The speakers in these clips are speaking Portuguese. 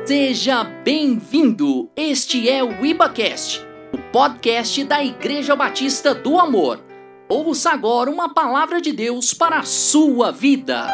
Seja bem-vindo! Este é o IbaCast, o podcast da Igreja Batista do Amor. Ouça agora uma palavra de Deus para a sua vida.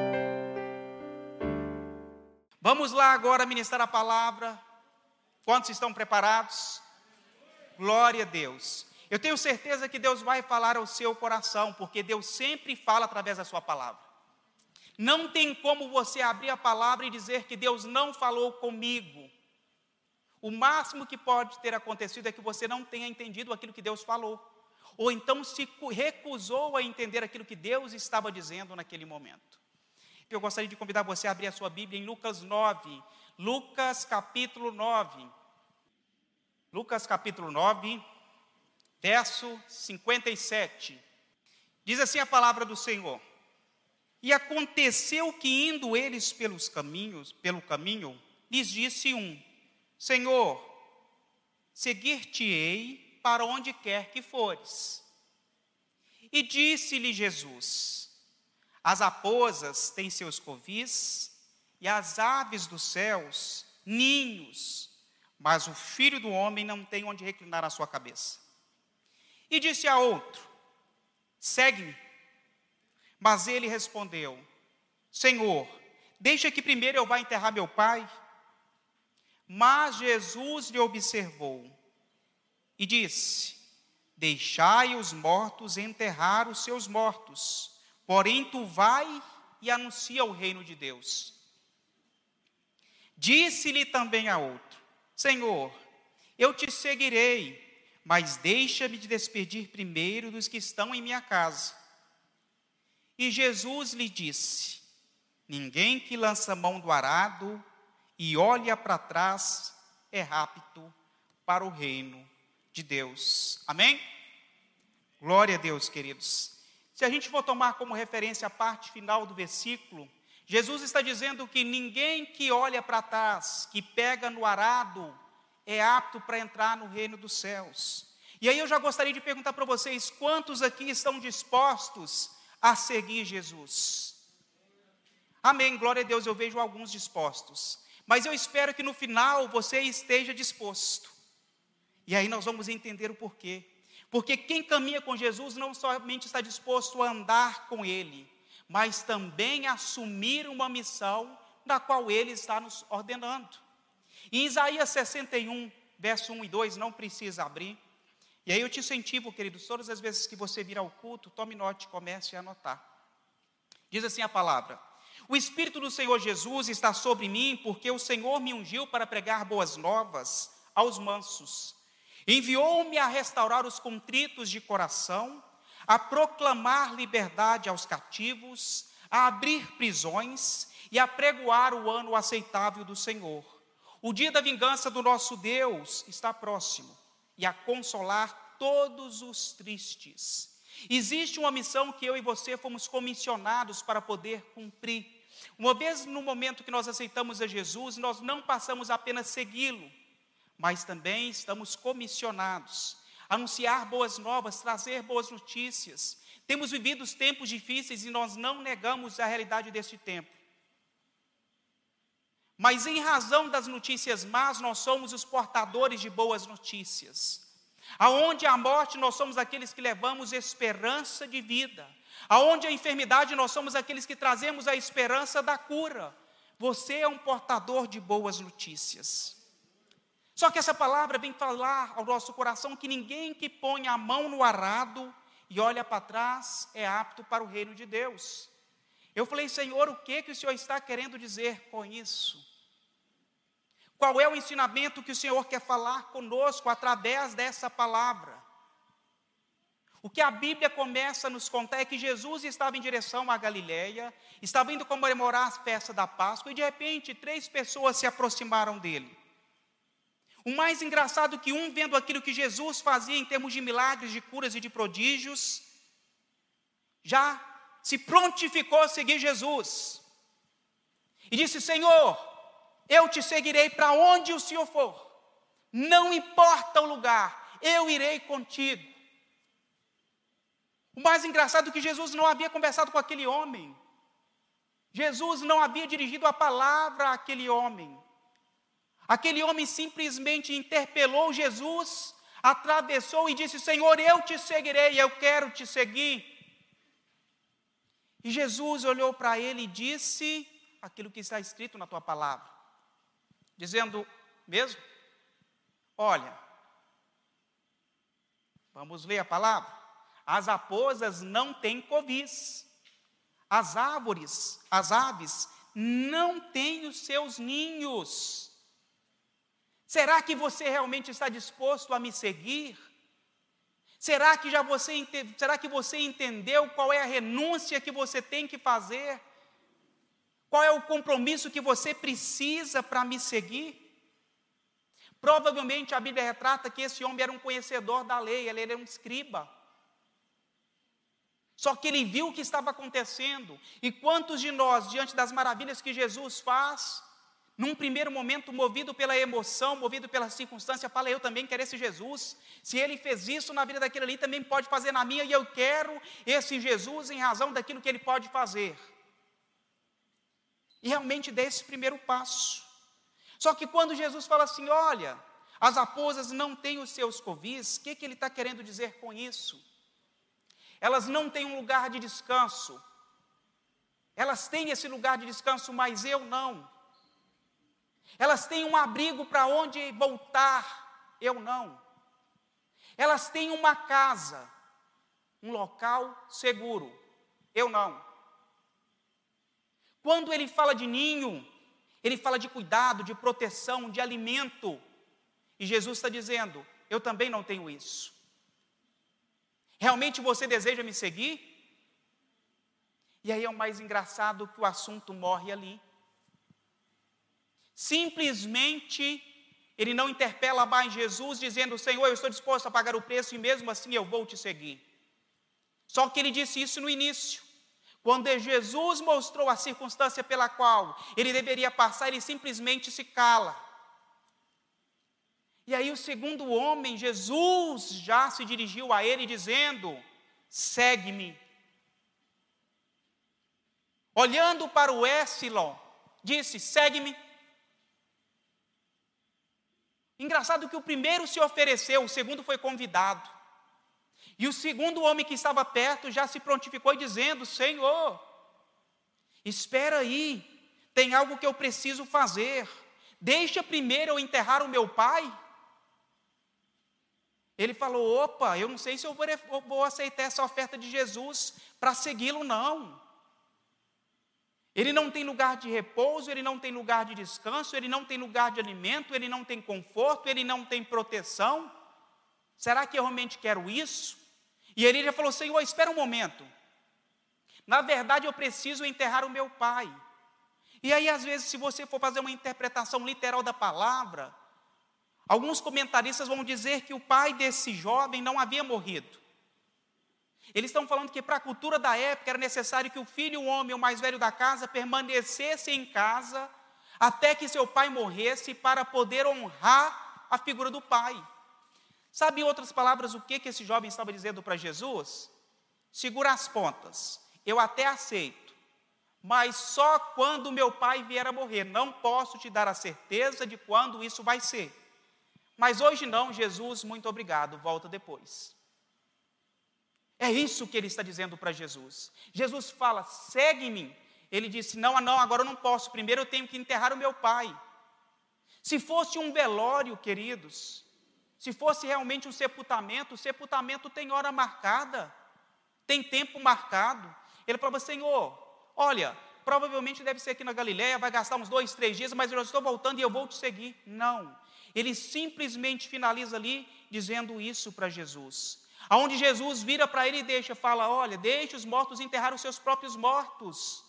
Vamos lá agora ministrar a palavra. Quantos estão preparados? Glória a Deus. Eu tenho certeza que Deus vai falar ao seu coração, porque Deus sempre fala através da sua palavra. Não tem como você abrir a palavra e dizer que Deus não falou comigo. O máximo que pode ter acontecido é que você não tenha entendido aquilo que Deus falou. Ou então se recusou a entender aquilo que Deus estava dizendo naquele momento. Eu gostaria de convidar você a abrir a sua Bíblia em Lucas 9. Lucas capítulo 9. Lucas capítulo 9, verso 57. Diz assim a palavra do Senhor. E aconteceu que indo eles pelo caminho, lhes disse um: Senhor, seguir-te-ei para onde quer que fores. E disse-lhe Jesus: As raposas têm seus covis, e as aves dos céus ninhos, mas o Filho do homem não tem onde reclinar a sua cabeça. E disse a outro: Segue-me. Mas ele respondeu: Senhor, deixa que primeiro eu vá enterrar meu pai. Mas Jesus lhe observou e disse: Deixai os mortos enterrar os seus mortos, porém tu vai e anuncia o reino de Deus. Disse-lhe também a outro: Senhor, eu te seguirei, mas deixa-me de despedir primeiro dos que estão em minha casa. E Jesus lhe disse: Ninguém que lança a mão do arado e olha para trás é apto para o reino de Deus. Amém? Glória a Deus, queridos. Se a gente for tomar como referência a parte final do versículo, Jesus está dizendo que ninguém que olha para trás, que pega no arado, é apto para entrar no reino dos céus. E aí eu já gostaria de perguntar para vocês: quantos aqui estão dispostos a seguir Jesus? Amém, glória a Deus, eu vejo alguns dispostos. Mas eu espero que no final você esteja disposto. E aí nós vamos entender o porquê. Porque quem caminha com Jesus não somente está disposto a andar com Ele, mas também a assumir uma missão da qual Ele está nos ordenando. Em Isaías 61, verso 1 e 2, não precisa abrir. E aí eu te incentivo, queridos, todas as vezes que você vir ao culto, tome nota, comece a anotar. Diz assim a palavra: O Espírito do Senhor Jesus está sobre mim, porque o Senhor me ungiu para pregar boas novas aos mansos. Enviou-me a restaurar os contritos de coração, a proclamar liberdade aos cativos, a abrir prisões e a pregoar o ano aceitável do Senhor. O dia da vingança do nosso Deus está próximo, e a consolar todos os tristes. Existe uma missão que eu e você fomos comissionados para poder cumprir. Uma vez no momento que nós aceitamos a Jesus, nós não passamos apenas a segui-lo, mas também estamos comissionados a anunciar boas novas, trazer boas notícias. Temos vivido os tempos difíceis e nós não negamos a realidade deste tempo. Mas em razão das notícias más, nós somos os portadores de boas notícias. Aonde há morte, nós somos aqueles que levamos esperança de vida. Aonde há enfermidade, nós somos aqueles que trazemos a esperança da cura. Você é um portador de boas notícias. Só que essa palavra vem falar ao nosso coração que ninguém que põe a mão no arado e olha para trás é apto para o reino de Deus. Eu falei: Senhor, o que o Senhor está querendo dizer com isso? Qual é o ensinamento que o Senhor quer falar conosco através dessa palavra? O que a Bíblia começa a nos contar é que Jesus estava em direção à Galileia, estava indo comemorar a festa da Páscoa, e de repente 3 pessoas se aproximaram dele. O mais engraçado é que um, vendo aquilo que Jesus fazia em termos de milagres, de curas e de prodígios, já se prontificou a seguir Jesus. E disse: Senhor, eu te seguirei para onde o Senhor for. Não importa o lugar, eu irei contigo. O mais engraçado é que Jesus não havia conversado com aquele homem. Jesus não havia dirigido a palavra àquele homem. Aquele homem simplesmente interpelou Jesus, atravessou e disse: Senhor, eu te seguirei, eu quero te seguir. E Jesus olhou para ele e disse aquilo que está escrito na tua palavra, dizendo mesmo: olha, vamos ler a palavra. As raposas não têm covis, as aves não têm os seus ninhos. Será que você realmente está disposto a me seguir? Será que você entendeu qual é a renúncia que você tem que fazer? Qual é o compromisso que você precisa para me seguir? Provavelmente a Bíblia retrata que esse homem era um conhecedor da lei, ele era um escriba. Só que ele viu o que estava acontecendo. E quantos de nós, diante das maravilhas que Jesus faz, num primeiro momento, movido pela emoção, movido pela circunstância, fala: eu também quero esse Jesus. Se ele fez isso na vida daquele ali, também pode fazer na minha, e eu quero esse Jesus em razão daquilo que ele pode fazer. E realmente dê esse primeiro passo. Só que quando Jesus fala assim: olha, as raposas não têm os seus covis, o que ele está querendo dizer com isso? Elas não têm um lugar de descanso. Elas têm esse lugar de descanso, mas eu não. Elas têm um abrigo para onde voltar, eu não. Elas têm uma casa, um local seguro, eu não. Quando ele fala de ninho, ele fala de cuidado, de proteção, de alimento. E Jesus está dizendo: eu também não tenho isso. Realmente você deseja me seguir? E aí é o mais engraçado, que o assunto morre ali. Simplesmente, ele não interpela mais Jesus, dizendo: Senhor, eu estou disposto a pagar o preço e mesmo assim eu vou te seguir. Só que ele disse isso no início. Quando Jesus mostrou a circunstância pela qual ele deveria passar, ele simplesmente se cala. E aí o segundo homem, Jesus, já se dirigiu a ele dizendo: segue-me. Olhando para o Épsilon, disse: segue-me. Engraçado que o primeiro se ofereceu, o segundo foi convidado. E o segundo homem que estava perto já se prontificou dizendo: Senhor, espera aí, tem algo que eu preciso fazer. Deixa primeiro eu enterrar o meu pai. Ele falou: opa, eu não sei se eu vou aceitar essa oferta de Jesus para segui-lo, não. Ele não tem lugar de repouso, ele não tem lugar de descanso, ele não tem lugar de alimento, ele não tem conforto, ele não tem proteção. Será que eu realmente quero isso? E ele já falou: Senhor, espera um momento. Na verdade, eu preciso enterrar o meu pai. E aí, às vezes, se você for fazer uma interpretação literal da palavra, alguns comentaristas vão dizer que o pai desse jovem não havia morrido. Eles estão falando que para a cultura da época era necessário que o filho, o homem, o mais velho da casa, permanecesse em casa até que seu pai morresse, para poder honrar a figura do pai. Sabe, em outras palavras, o que esse jovem estava dizendo para Jesus? Segura as pontas, eu até aceito, mas só quando meu pai vier a morrer. Não posso te dar a certeza de quando isso vai ser. Mas hoje não, Jesus, muito obrigado, volta depois. É isso que ele está dizendo para Jesus. Jesus fala: segue-me. Ele disse: não, agora eu não posso, primeiro eu tenho que enterrar o meu pai. Se fosse um velório, queridos, se fosse realmente um sepultamento, o sepultamento tem hora marcada, tem tempo marcado. Ele falava: Senhor, olha, provavelmente deve ser aqui na Galileia, vai gastar uns 2, 3 dias, mas eu já estou voltando e eu vou te seguir. Não, ele simplesmente finaliza ali dizendo isso para Jesus. Aonde Jesus vira para ele e fala: olha, deixe os mortos enterrar os seus próprios mortos.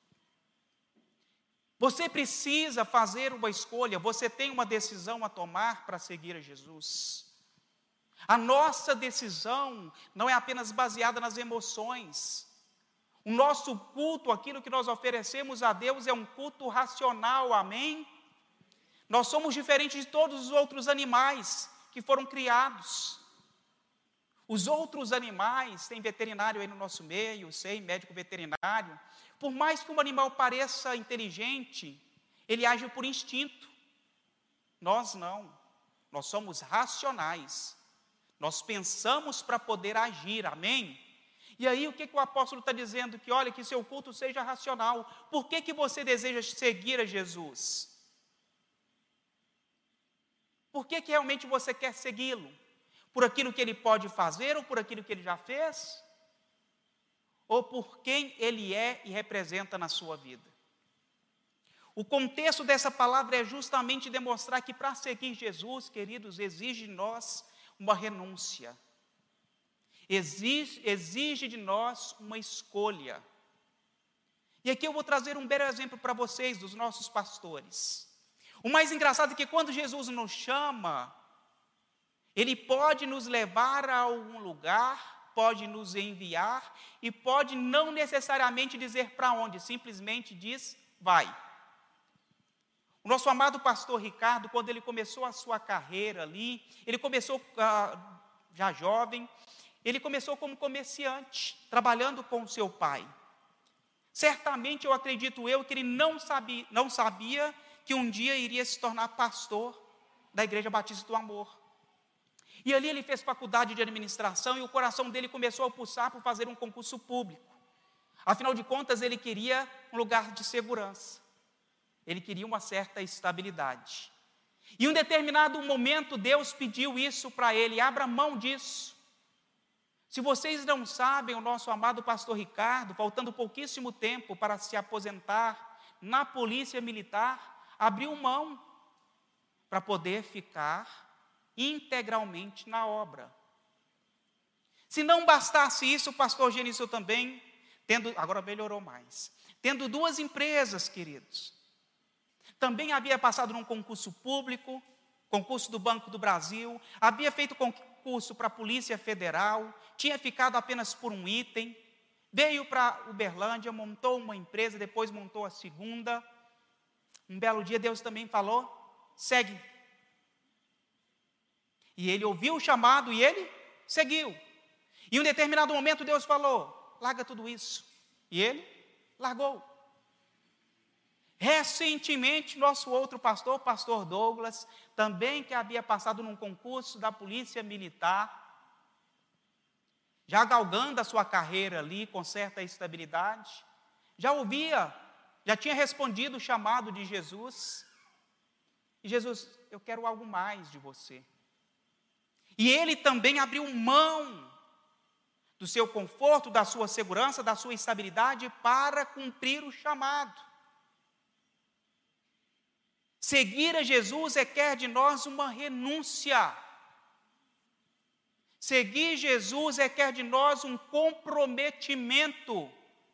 Você precisa fazer uma escolha, você tem uma decisão a tomar para seguir a Jesus. A nossa decisão não é apenas baseada nas emoções. O nosso culto, aquilo que nós oferecemos a Deus, é um culto racional, amém? Nós somos diferentes de todos os outros animais que foram criados. Os outros animais, tem veterinário aí no nosso meio, sei, médico veterinário. Por mais que um animal pareça inteligente, ele age por instinto. Nós não. Nós somos racionais. Nós pensamos para poder agir, amém? E aí o que o apóstolo está dizendo? Que olha, que seu culto seja racional. Por que você deseja seguir a Jesus? Por que realmente você quer segui-lo? Por aquilo que ele pode fazer ou por aquilo que ele já fez? Ou por quem ele é e representa na sua vida? O contexto dessa palavra é justamente demonstrar que para seguir Jesus, queridos, exige de nós uma renúncia. Exige de nós uma escolha. E aqui eu vou trazer um belo exemplo para vocês, dos nossos pastores. O mais engraçado é que quando Jesus nos chama, Ele pode nos levar a algum lugar, pode nos enviar e pode não necessariamente dizer para onde, simplesmente diz, vai. O nosso amado pastor Ricardo, quando ele começou a sua carreira ali, ele começou já jovem, ele começou como comerciante, trabalhando com o seu pai. Certamente eu acredito que ele não sabia que um dia iria se tornar pastor da Igreja Batista do Amor. E ali ele fez faculdade de administração e o coração dele começou a pulsar por fazer um concurso público. Afinal de contas, ele queria um lugar de segurança. Ele queria uma certa estabilidade. E em um determinado momento, Deus pediu isso para ele, abra mão disso. Se vocês não sabem, o nosso amado pastor Ricardo, faltando pouquíssimo tempo para se aposentar na polícia militar, abriu mão para poder ficar integralmente na obra. Se não bastasse isso, o pastor Genício também, agora melhorou mais, tendo 2 empresas, queridos, também havia passado num concurso público, concurso do Banco do Brasil, havia feito concurso para a Polícia Federal, tinha ficado apenas por um item, veio para Uberlândia, montou uma empresa, depois montou a segunda. Um belo dia Deus também falou, segue. E ele ouviu o chamado e ele seguiu. E em um determinado momento Deus falou, larga tudo isso. E ele largou. Recentemente, nosso outro pastor, o pastor Douglas, também que havia passado num concurso da Polícia Militar, já galgando a sua carreira ali com certa estabilidade, já tinha respondido o chamado de Jesus. E Jesus, eu quero algo mais de você. E ele também abriu mão do seu conforto, da sua segurança, da sua estabilidade para cumprir o chamado. Seguir a Jesus requer de nós uma renúncia. Seguir Jesus requer de nós um comprometimento.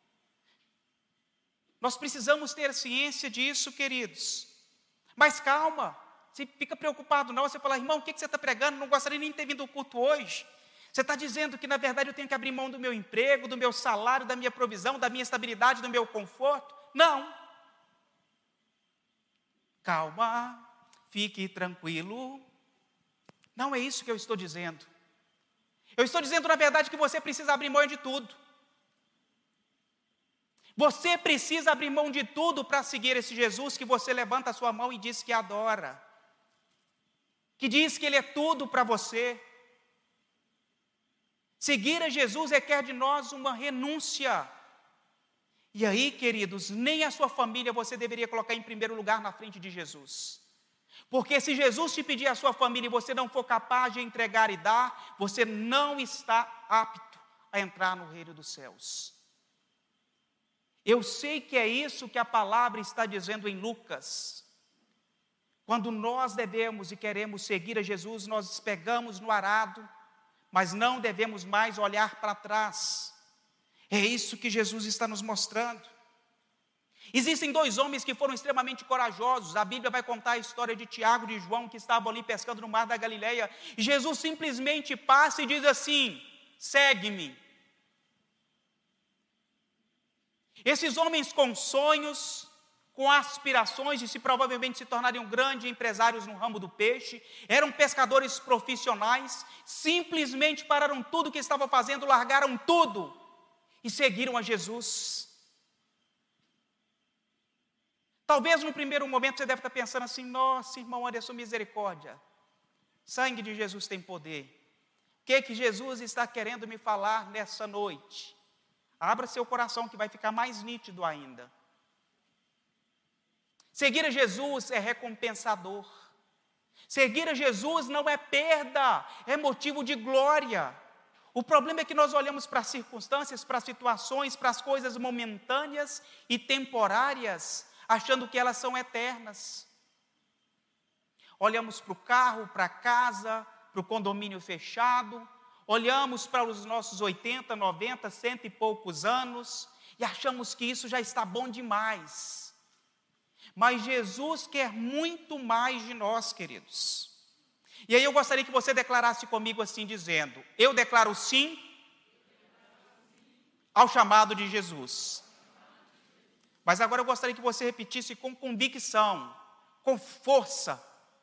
Nós precisamos ter ciência disso, queridos. Mas calma, você fica preocupado não, você fala, irmão, o que você está pregando? Não gostaria nem de ter vindo ao culto hoje. Você está dizendo que na verdade eu tenho que abrir mão do meu emprego, do meu salário, da minha provisão, da minha estabilidade, do meu conforto? Não. Calma, fique tranquilo. Não é isso que eu estou dizendo. Eu estou dizendo, na verdade, que você precisa abrir mão de tudo. Você precisa abrir mão de tudo para seguir esse Jesus que você levanta a sua mão e diz que adora. Que diz que Ele é tudo para você. Seguir a Jesus requer de nós uma renúncia. E aí, queridos, nem a sua família você deveria colocar em primeiro lugar na frente de Jesus. Porque se Jesus te pedir a sua família e você não for capaz de entregar e dar, você não está apto a entrar no reino dos céus. Eu sei que é isso que a palavra está dizendo em Lucas. Quando nós devemos e queremos seguir a Jesus, nós pegamos no arado, mas não devemos mais olhar para trás. É isso que Jesus está nos mostrando. Existem 2 homens que foram extremamente corajosos. A Bíblia vai contar a história de Tiago e de João, que estavam ali pescando no mar da Galileia. E Jesus simplesmente passa e diz assim, segue-me. Esses homens com sonhos, com aspirações de provavelmente se tornarem grandes empresários no ramo do peixe, eram pescadores profissionais, simplesmente pararam tudo o que estavam fazendo, largaram tudo e seguiram a Jesus. Talvez no primeiro momento você deve estar pensando assim: nossa, irmão Anderson, misericórdia. Sangue de Jesus tem poder. O que Jesus está querendo me falar nessa noite? Abra seu coração que vai ficar mais nítido ainda. Seguir a Jesus é recompensador. Seguir a Jesus não é perda, é motivo de glória. O problema é que nós olhamos para as circunstâncias, para as situações, para as coisas momentâneas e temporárias, achando que elas são eternas. Olhamos para o carro, para a casa, para o condomínio fechado, olhamos para os nossos 80, 90, 100 e poucos anos e achamos que isso já está bom demais. Mas Jesus quer muito mais de nós, queridos. E aí eu gostaria que você declarasse comigo assim, dizendo: eu declaro sim ao chamado de Jesus. Mas agora eu gostaria que você repetisse com convicção, com força.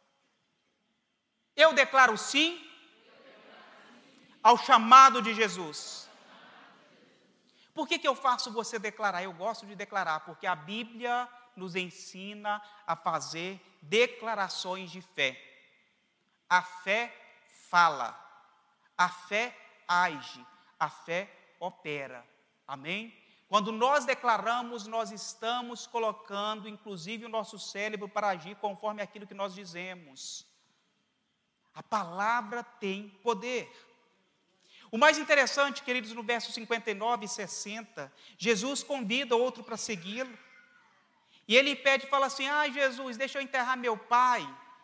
Eu declaro sim ao chamado de Jesus. Por que eu faço você declarar? Eu gosto de declarar, porque a Bíblia nos ensina a fazer declarações de fé. A fé fala, a fé age, a fé opera. Amém? Quando nós declaramos, nós estamos colocando, inclusive, o nosso cérebro para agir conforme aquilo que nós dizemos. A palavra tem poder. O mais interessante, queridos, no verso 59 e 60, Jesus convida outro para segui-lo. E ele pede e fala assim: Jesus, deixa eu enterrar meu pai.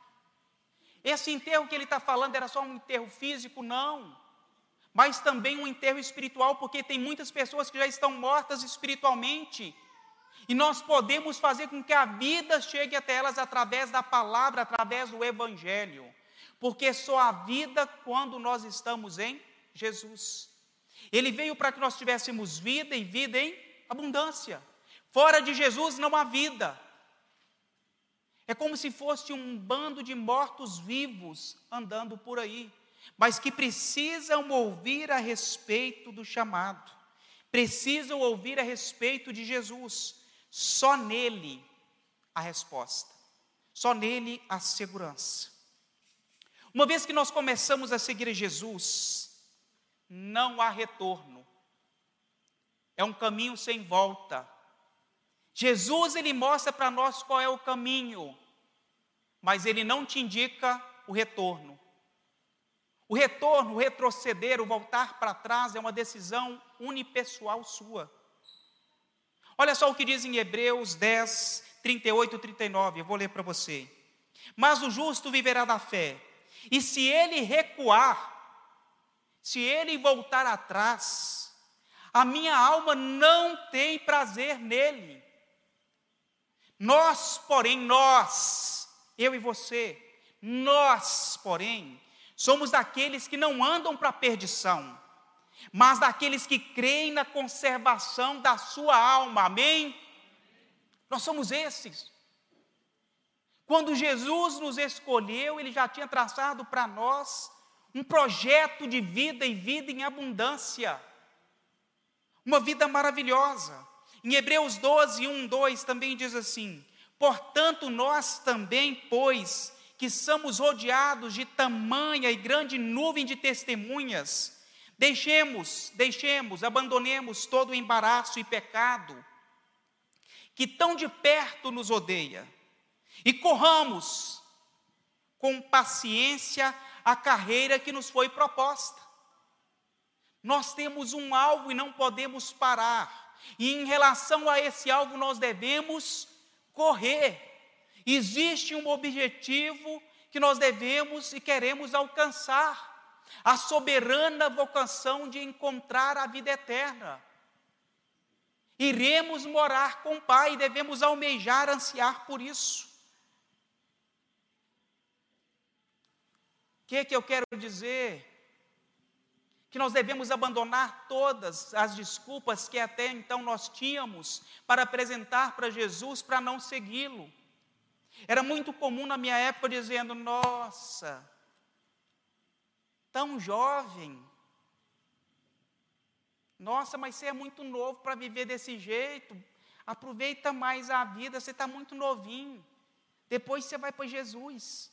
Esse enterro que ele está falando era só um enterro físico? Não. Mas também um enterro espiritual, porque tem muitas pessoas que já estão mortas espiritualmente. E nós podemos fazer com que a vida chegue até elas através da palavra, através do Evangelho. Porque só há vida quando nós estamos em Jesus. Ele veio para que nós tivéssemos vida e vida em abundância. Fora de Jesus não há vida. É como se fosse um bando de mortos-vivos andando por aí, mas que precisam ouvir a respeito do chamado, precisam ouvir a respeito de Jesus. Só nele a resposta, só nele a segurança. Uma vez que nós começamos a seguir a Jesus, não há retorno, é um caminho sem volta. Jesus, ele mostra para nós qual é o caminho, mas ele não te indica o retorno. O retorno, o retroceder, o voltar para trás é uma decisão unipessoal sua. Olha só o que diz em Hebreus 10, 38 e 39, eu vou ler para você. Mas o justo viverá da fé, e se ele recuar, se ele voltar atrás, a minha alma não tem prazer nele. Nós, porém, eu e você, nós, porém, somos daqueles que não andam para a perdição, mas daqueles que creem na conservação da sua alma, amém? Nós somos esses. Quando Jesus nos escolheu, Ele já tinha traçado para nós um projeto de vida e vida em abundância, uma vida maravilhosa. Em Hebreus 12, 1, 2 também diz assim: portanto nós também, pois, que somos rodeados de tamanha e grande nuvem de testemunhas, deixemos, abandonemos todo o embaraço e pecado que tão de perto nos odeia, e corramos com paciência a carreira que nos foi proposta. Nós temos um alvo e não podemos parar. E em relação a esse alvo nós devemos correr. Existe um objetivo que nós devemos e queremos alcançar: a soberana vocação de encontrar a vida eterna. Iremos morar com o Pai, devemos almejar, ansiar por isso. O que eu quero dizer? Que nós devemos abandonar todas as desculpas que até então nós tínhamos para apresentar para Jesus, para não segui-lo. Era muito comum na minha época dizendo: nossa, tão jovem, nossa, mas você é muito novo para viver desse jeito, Aproveita mais a vida, você está muito novinho. Depois você vai para Jesus.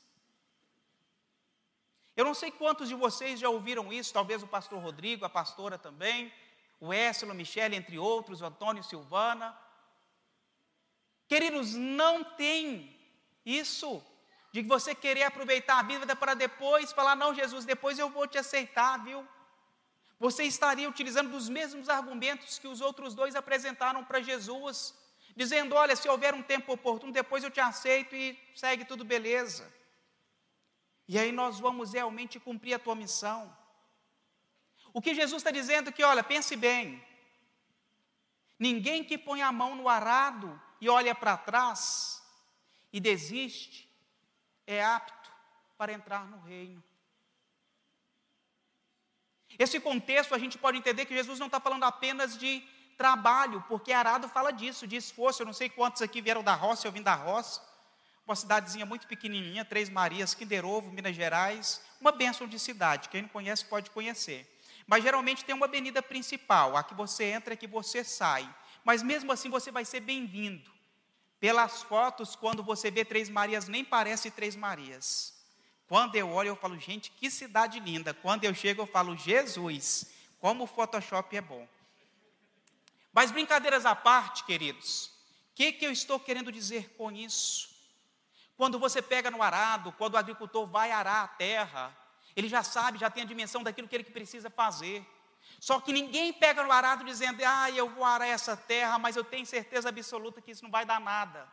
Eu não sei quantos de vocês já ouviram isso, talvez o pastor Rodrigo, a pastora também, o Écelo, Michele, entre outros, o Antônio, Silvana. Queridos, não tem isso de você querer aproveitar a vida para depois falar, não, Jesus, depois eu vou te aceitar, viu? Você estaria utilizando dos mesmos argumentos que os outros dois apresentaram para Jesus, dizendo, olha, se houver um tempo oportuno, depois eu te aceito e segue tudo beleza. E aí nós vamos realmente cumprir a tua missão. O que Jesus está dizendo é que, olha, pense bem, ninguém que põe a mão no arado e olha para trás e desiste, é apto para entrar no reino. Esse contexto a gente pode entender que Jesus não está falando apenas de trabalho, porque arado fala disso, de esforço. Eu não sei quantos aqui vieram da roça, eu vim da roça, uma cidadezinha muito pequenininha, Três Marias, Kinder Ovo, Minas Gerais, uma bênção de cidade, quem não conhece pode conhecer. Mas geralmente tem uma avenida principal, a que você entra e a que você sai, mas mesmo assim você vai ser bem-vindo. Pelas fotos, quando você vê Três Marias, nem parece Três Marias. Quando eu olho, eu falo, gente, que cidade linda. Quando eu chego, eu falo, Jesus, como o Photoshop é bom. Mas brincadeiras à parte, queridos, o que eu estou querendo dizer com isso? Quando você pega no arado, quando o agricultor vai arar a terra, ele já sabe, já tem a dimensão daquilo que ele precisa fazer. Só que ninguém pega no arado dizendo, eu vou arar essa terra, mas eu tenho certeza absoluta que isso não vai dar nada.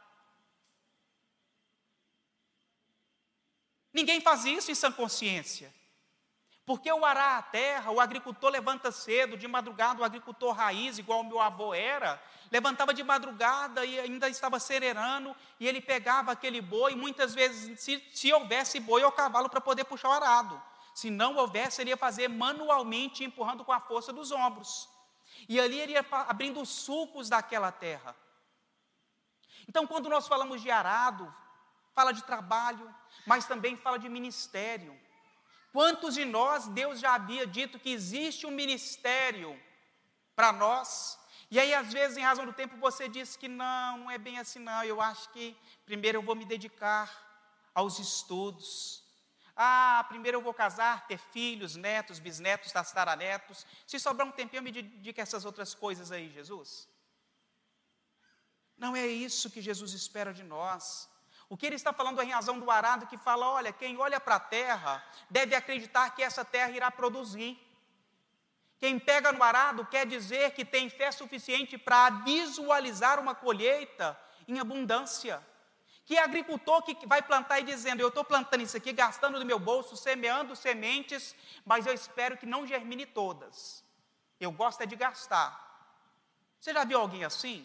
Ninguém faz isso em sã consciência. Porque o arar a terra, o agricultor levanta cedo, de madrugada, o agricultor raiz, igual o meu avô era, levantava de madrugada e ainda estava sererando, e ele pegava aquele boi, muitas vezes, se houvesse boi ou cavalo para poder puxar o arado. Se não houvesse, ele ia fazer manualmente, empurrando com a força dos ombros. E ali ele ia abrindo os sulcos daquela terra. Então, quando nós falamos de arado, fala de trabalho, mas também fala de ministério. Quantos de nós, Deus já havia dito que existe um ministério para nós, e aí às vezes em razão do tempo você diz que não é bem assim não, eu acho que primeiro eu vou me dedicar aos estudos, primeiro eu vou casar, ter filhos, netos, bisnetos, tataranetos, se sobrar um tempinho eu me dedico a essas outras coisas aí, Jesus. Não é isso que Jesus espera de nós. O que ele está falando é em razão do arado que fala, olha, quem olha para a terra deve acreditar que essa terra irá produzir. Quem pega no arado quer dizer que tem fé suficiente para visualizar uma colheita em abundância. Que agricultor que vai plantar e dizendo, eu estou plantando isso aqui, gastando do meu bolso, semeando sementes, mas eu espero que não germine todas. Eu gosto é de gastar. Você já viu alguém assim?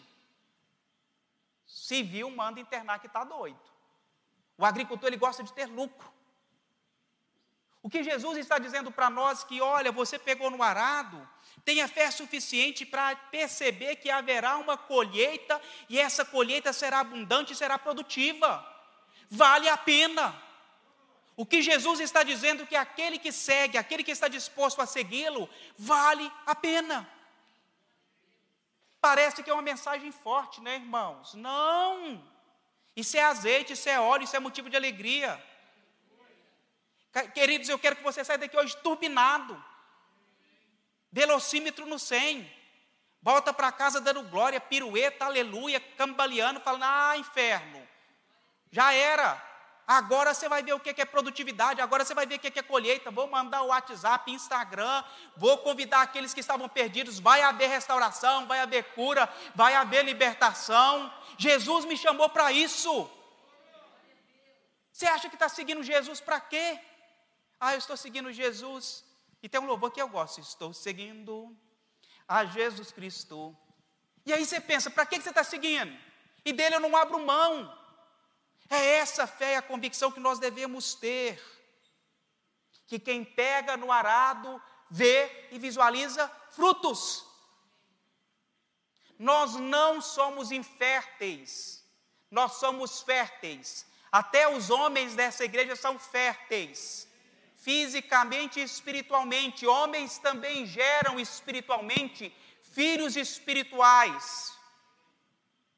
Se viu, manda internar que está doido. O agricultor, ele gosta de ter lucro. O que Jesus está dizendo para nós que, olha, você pegou no arado, tenha fé suficiente para perceber que haverá uma colheita, e essa colheita será abundante e será produtiva. Vale a pena. O que Jesus está dizendo é que aquele que segue, aquele que está disposto a segui-lo, vale a pena. Parece que é uma mensagem forte, né, irmãos? Não! Isso é azeite, isso é óleo, isso é motivo de alegria. Queridos, eu quero que você saia daqui hoje turbinado. Velocímetro no 100. Volta para casa dando glória, pirueta, aleluia, cambaleando, falando, inferno. Já era. Agora você vai ver o que é produtividade, agora você vai ver o que é colheita. Vou mandar o WhatsApp, Instagram, vou convidar aqueles que estavam perdidos. Vai haver restauração, vai haver cura, vai haver libertação. Jesus me chamou para isso. Você acha que está seguindo Jesus para quê? Eu estou seguindo Jesus. E tem um louvor que eu gosto. Estou seguindo a Jesus Cristo. E aí você pensa, para que você está seguindo? E dele eu não abro mão. É essa fé e a convicção que nós devemos ter. Que quem pega no arado, vê e visualiza frutos. Nós não somos inférteis, nós somos férteis. Até os homens dessa igreja são férteis, fisicamente e espiritualmente. Homens também geram espiritualmente filhos espirituais.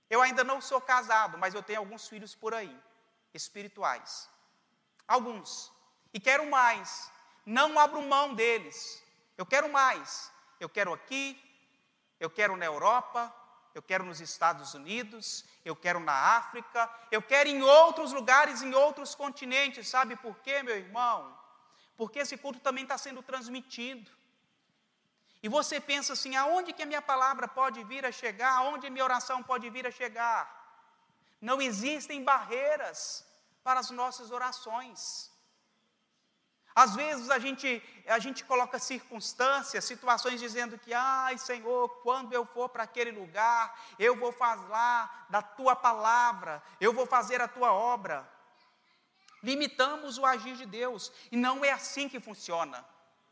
Eu ainda não sou casado, mas eu tenho alguns filhos por aí, espirituais. Alguns. E quero mais. Não abro mão deles. Eu quero mais. Eu quero aqui, eu quero na Europa, eu quero nos Estados Unidos, eu quero na África, eu quero em outros lugares, em outros continentes. Sabe por quê, meu irmão? Porque esse culto também está sendo transmitido. E você pensa assim, aonde que a minha palavra pode vir a chegar? Aonde a minha oração pode vir a chegar? Não existem barreiras para as nossas orações. Às vezes a gente coloca circunstâncias, situações dizendo que, ai Senhor, quando eu for para aquele lugar, eu vou falar da Tua palavra, eu vou fazer a Tua obra. Limitamos o agir de Deus, e não é assim que funciona.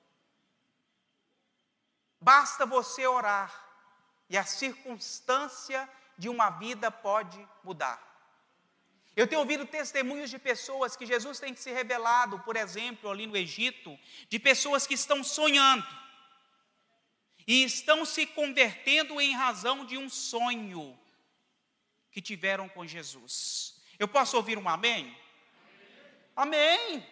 Basta você orar, e a circunstância de uma vida pode mudar. Eu tenho ouvido testemunhos de pessoas que Jesus tem se revelado, por exemplo, ali no Egito, de pessoas que estão sonhando, e estão se convertendo em razão de um sonho que tiveram com Jesus. Eu posso ouvir um amém? Amém!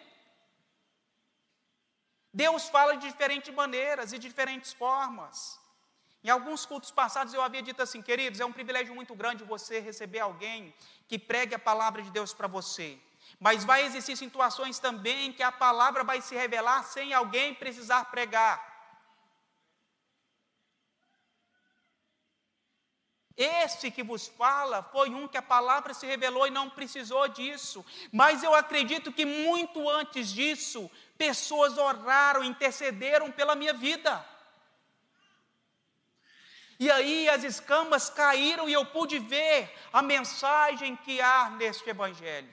Deus fala de diferentes maneiras e de diferentes formas. Em alguns cultos passados eu havia dito assim, queridos, é um privilégio muito grande você receber alguém que pregue a palavra de Deus para você. Mas vai existir situações também que a palavra vai se revelar sem alguém precisar pregar. Esse que vos fala foi um que a palavra se revelou e não precisou disso. Mas eu acredito que muito antes disso, pessoas oraram, intercederam pela minha vida. E aí as escamas caíram e eu pude ver a mensagem que há neste evangelho.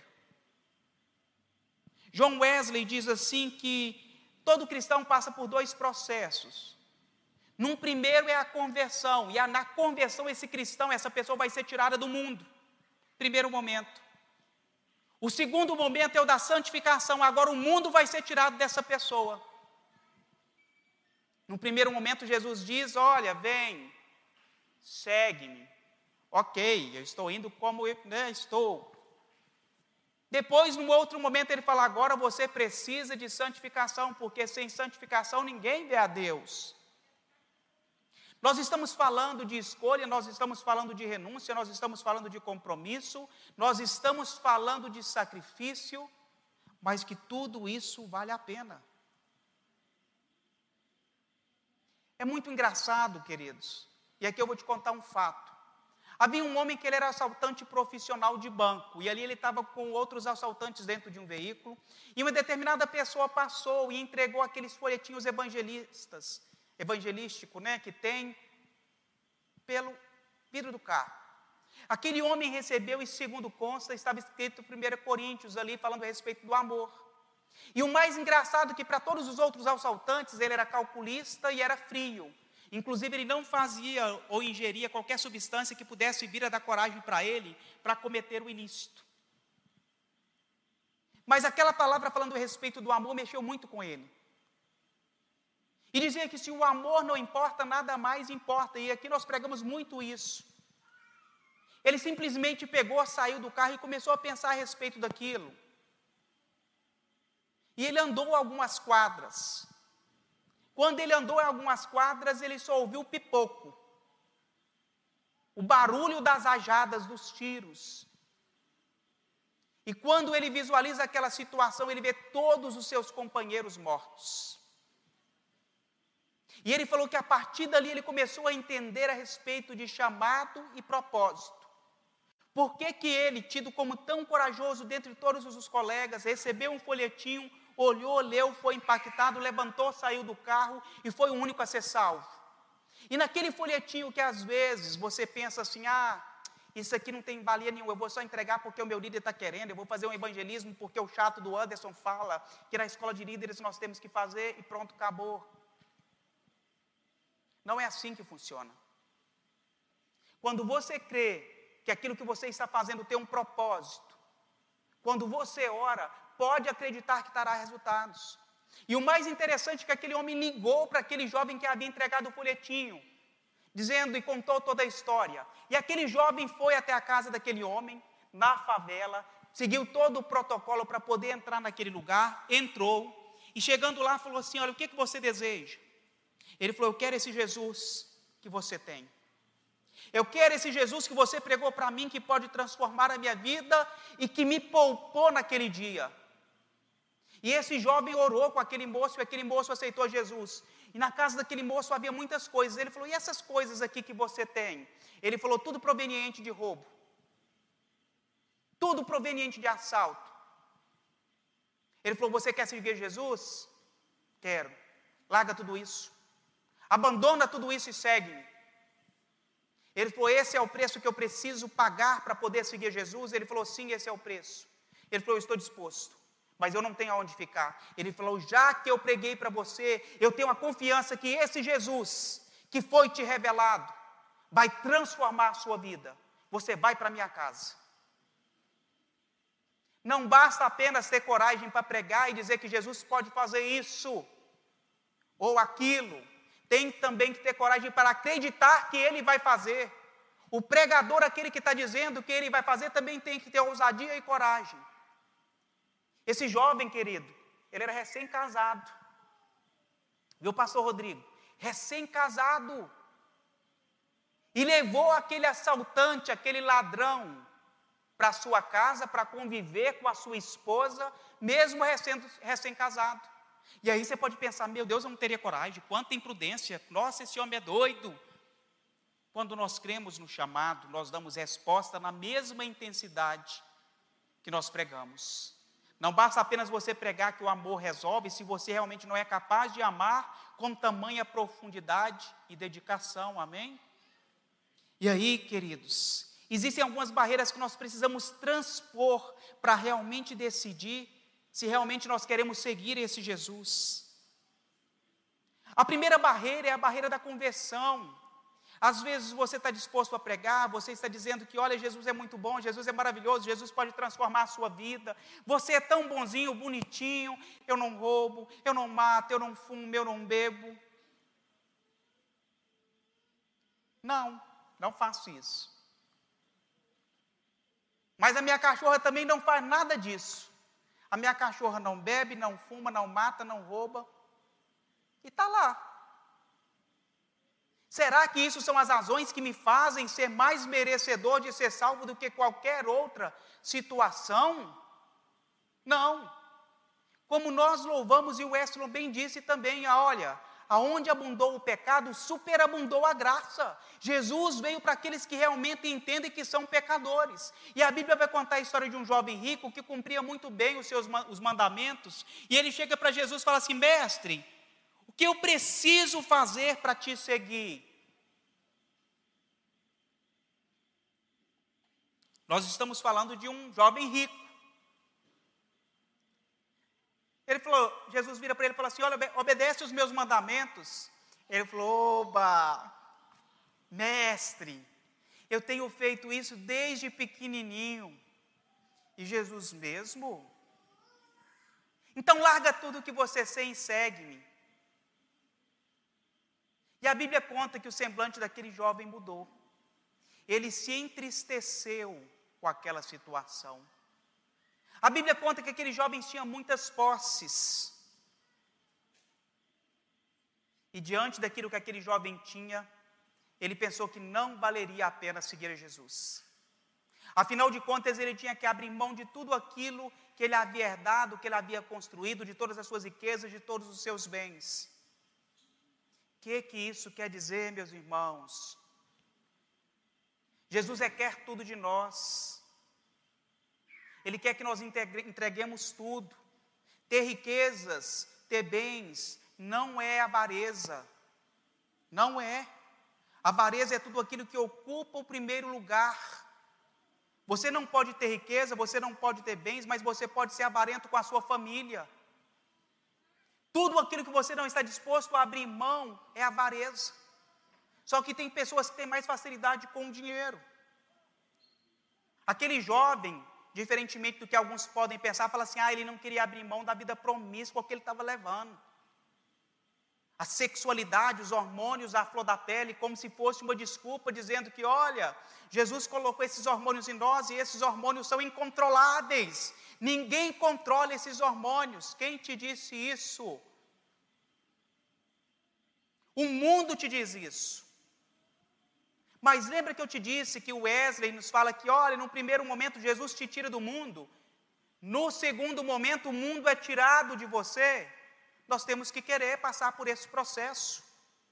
John Wesley diz assim que todo cristão passa por dois processos. Num primeiro é a conversão, e na conversão esse cristão, essa pessoa vai ser tirada do mundo. Primeiro momento. O segundo momento é o da santificação, agora o mundo vai ser tirado dessa pessoa. No primeiro momento Jesus diz, olha, vem, segue-me. Ok, eu estou indo como eu estou. Depois, num outro momento, ele fala, agora você precisa de santificação, porque sem santificação ninguém vê a Deus. Nós estamos falando de escolha, nós estamos falando de renúncia, nós estamos falando de compromisso, nós estamos falando de sacrifício, mas que tudo isso vale a pena. É muito engraçado, queridos, e aqui eu vou te contar um fato. Havia um homem que ele era assaltante profissional de banco, e ali ele estava com outros assaltantes dentro de um veículo, e uma determinada pessoa passou e entregou aqueles folhetinhos evangelístico, que tem pelo vidro do carro. Aquele homem recebeu e segundo consta, estava escrito 1 Coríntios ali, falando a respeito do amor. E o mais engraçado é que para todos os outros assaltantes, ele era calculista e era frio. Inclusive ele não fazia ou ingeria qualquer substância que pudesse vir a dar coragem para ele, para cometer o ilícito. Mas aquela palavra falando a respeito do amor mexeu muito com ele. E dizia que se o amor não importa, nada mais importa. E aqui nós pregamos muito isso. Ele simplesmente pegou, saiu do carro e começou a pensar a respeito daquilo. E ele andou algumas quadras. Quando ele andou em algumas quadras, ele só ouviu o pipoco. O barulho das rajadas, dos tiros. E quando ele visualiza aquela situação, ele vê todos os seus companheiros mortos. E ele falou que a partir dali ele começou a entender a respeito de chamado e propósito. Por que que ele, tido como tão corajoso dentre todos os colegas, recebeu um folhetinho, olhou, leu, foi impactado, levantou, saiu do carro e foi o único a ser salvo? E naquele folhetinho que às vezes você pensa assim, isso aqui não tem valia nenhuma, eu vou só entregar porque o meu líder está querendo, eu vou fazer um evangelismo porque o chato do Anderson fala que na escola de líderes nós temos que fazer e pronto, acabou. Não é assim que funciona. Quando você crê que aquilo que você está fazendo tem um propósito, quando você ora, pode acreditar que dará resultados. E o mais interessante é que aquele homem ligou para aquele jovem que havia entregado o folhetinho. dizendo e contou toda a história. E aquele jovem foi até a casa daquele homem, na favela, seguiu todo o protocolo para poder entrar naquele lugar, entrou, e chegando lá falou assim, olha, o que você deseja? Ele falou, eu quero esse Jesus que você tem. Eu quero esse Jesus que você pregou para mim, que pode transformar a minha vida e que me poupou naquele dia. E esse jovem orou com aquele moço, e aquele moço aceitou Jesus. E na casa daquele moço havia muitas coisas. Ele falou, e essas coisas aqui que você tem? Ele falou, tudo proveniente de roubo. Tudo proveniente de assalto. Ele falou, você quer seguir Jesus? Quero. Larga tudo isso. Abandona tudo isso e segue-me. Ele falou, esse é o preço que eu preciso pagar para poder seguir Jesus? Ele falou, sim, esse é o preço. Ele falou, eu estou disposto, mas eu não tenho aonde ficar. Ele falou, já que eu preguei para você, eu tenho a confiança que esse Jesus, que foi te revelado, vai transformar a sua vida. Você vai para a minha casa. Não basta apenas ter coragem para pregar e dizer que Jesus pode fazer isso ou aquilo. Tem também que ter coragem para acreditar que Ele vai fazer. O pregador, aquele que está dizendo que Ele vai fazer, também tem que ter ousadia e coragem. Esse jovem, querido, ele era recém-casado. Viu, pastor Rodrigo? Recém-casado. E levou aquele assaltante, aquele ladrão, para a sua casa, para conviver com a sua esposa, mesmo recém-casado. E aí você pode pensar, meu Deus, eu não teria coragem, quanta imprudência, nossa, esse homem é doido. Quando nós cremos no chamado, nós damos resposta na mesma intensidade que nós pregamos. Não basta apenas você pregar que o amor resolve, se você realmente não é capaz de amar com tamanha profundidade e dedicação, amém? E aí, queridos, existem algumas barreiras que nós precisamos transpor para realmente decidir se realmente nós queremos seguir esse Jesus. A primeira barreira é a barreira da conversão. Às vezes você está disposto a pregar, você está dizendo que, olha, Jesus é muito bom, Jesus é maravilhoso, Jesus pode transformar a sua vida. Você é tão bonzinho, bonitinho, eu não roubo, eu não mato, eu não fumo, eu não bebo. Não faço isso. Mas a minha cachorra também não faz nada disso. A minha cachorra não bebe, não fuma, não mata, não rouba. E está lá. Será que isso são as razões que me fazem ser mais merecedor de ser salvo do que qualquer outra situação? Não. Como nós louvamos, e o Wesley bem disse também, olha, aonde abundou o pecado, superabundou a graça. Jesus veio para aqueles que realmente entendem que são pecadores. E a Bíblia vai contar a história de um jovem rico que cumpria muito bem os mandamentos. E ele chega para Jesus e fala assim, mestre, o que eu preciso fazer para te seguir? Nós estamos falando de um jovem rico. Ele falou, Jesus vira para ele e fala assim, olha, obedece os meus mandamentos. Ele falou, oba, mestre, eu tenho feito isso desde pequenininho. E Jesus mesmo? Então larga tudo o que você tem e segue-me. E a Bíblia conta que o semblante daquele jovem mudou. Ele se entristeceu com aquela situação. A Bíblia conta que aquele jovem tinha muitas posses. E diante daquilo que aquele jovem tinha, ele pensou que não valeria a pena seguir a Jesus. Afinal de contas, ele tinha que abrir mão de tudo aquilo que ele havia herdado, que ele havia construído, de todas as suas riquezas, de todos os seus bens. O que isso quer dizer, meus irmãos? Jesus requer tudo de nós. Ele quer que nós entreguemos tudo. Ter riquezas, ter bens, não é avareza. Não é. Avareza é tudo aquilo que ocupa o primeiro lugar. Você não pode ter riqueza, você não pode ter bens, mas você pode ser avarento com a sua família. Tudo aquilo que você não está disposto a abrir mão é avareza. Só que tem pessoas que têm mais facilidade com o dinheiro. Aquele jovem, diferentemente do que alguns podem pensar, fala assim, ele não queria abrir mão da vida promíscua que ele estava levando. a sexualidade, os hormônios à flor da pele, como se fosse uma desculpa, dizendo que, olha, Jesus colocou esses hormônios em nós e esses hormônios são incontroláveis. Ninguém controla esses hormônios. Quem te disse isso? O mundo te diz isso. Mas lembra que eu te disse que o Wesley nos fala que, olha, no primeiro momento Jesus te tira do mundo, no segundo momento o mundo é tirado de você. Nós temos que querer passar por esse processo.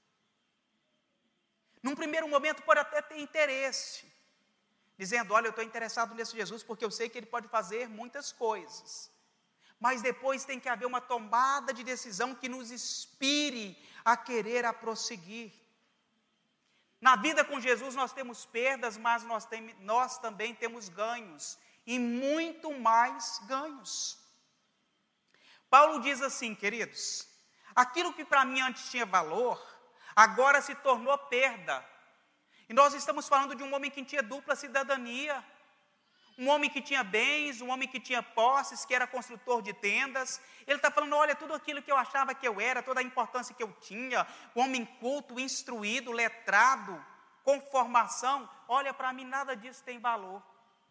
Num primeiro momento pode até ter interesse, dizendo, olha, eu estou interessado nesse Jesus porque eu sei que Ele pode fazer muitas coisas. Mas depois tem que haver uma tomada de decisão que nos inspire a querer, a prosseguir. Na vida com Jesus nós temos perdas, mas nós também temos ganhos, e muito mais ganhos. Paulo diz assim, queridos, aquilo que para mim antes tinha valor, agora se tornou perda. E nós estamos falando de um homem que tinha dupla cidadania, um homem que tinha bens, um homem que tinha posses, que era construtor de tendas. Ele está falando, olha, tudo aquilo que eu achava que eu era, toda a importância que eu tinha, um homem culto, instruído, letrado, com formação, olha, para mim nada disso tem valor.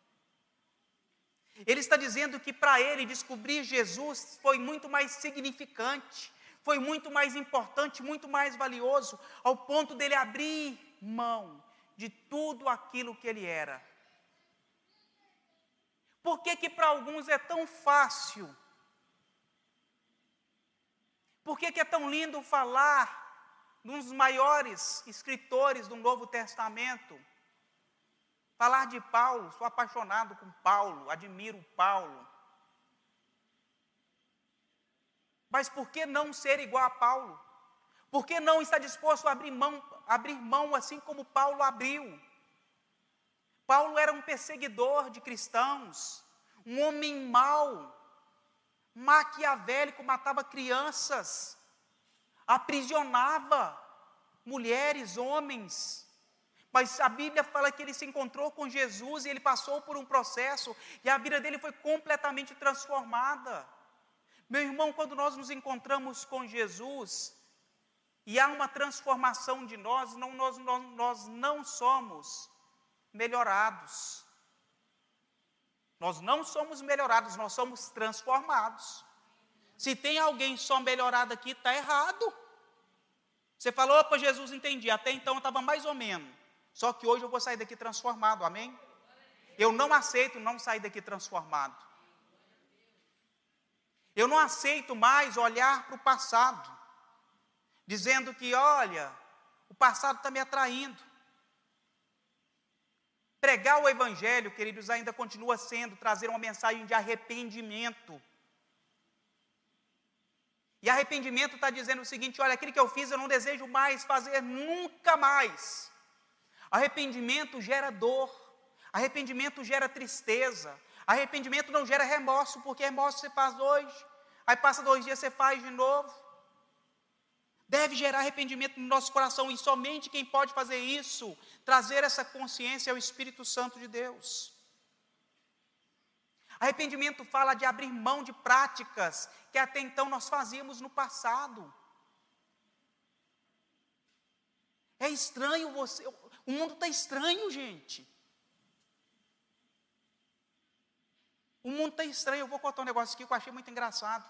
Ele está dizendo que para ele descobrir Jesus foi muito mais significante, foi muito mais importante, muito mais valioso, ao ponto dele abrir mão de tudo aquilo que ele era. Por que para alguns é tão fácil? Por que é tão lindo falar de um dos maiores escritores do Novo Testamento? Falar de Paulo, sou apaixonado com Paulo, admiro Paulo. Mas por que não ser igual a Paulo? Por que não estar disposto a abrir mão assim como Paulo abriu? Paulo era um perseguidor de cristãos, um homem mau, maquiavélico, matava crianças, aprisionava mulheres, homens. Mas a Bíblia fala que ele se encontrou com Jesus e ele passou por um processo e a vida dele foi completamente transformada. Meu irmão, quando nós nos encontramos com Jesus e há uma transformação de nós não somos melhorados. Nós não somos melhorados, nós somos transformados. Se tem alguém só melhorado aqui, está errado. Você falou, opa, Jesus, entendi, até então eu estava mais ou menos. Só que hoje eu vou sair daqui transformado, amém? Eu não aceito não sair daqui transformado. Eu não aceito mais olhar para o passado, dizendo que, olha, o passado está me atraindo. Pregar o Evangelho, queridos, ainda continua sendo trazer uma mensagem de arrependimento. E arrependimento está dizendo o seguinte, olha, aquilo que eu fiz eu não desejo mais fazer nunca mais. Arrependimento gera dor, arrependimento gera tristeza, arrependimento não gera remorso, porque remorso você faz hoje, aí passa 2 dias você faz de novo. Deve gerar arrependimento no nosso coração, e somente quem pode fazer isso, trazer essa consciência, é o Espírito Santo de Deus. Arrependimento fala de abrir mão de práticas que até então nós fazíamos no passado. É estranho você... O mundo está estranho, gente. O mundo está estranho. Eu vou contar um negócio aqui que eu achei muito engraçado.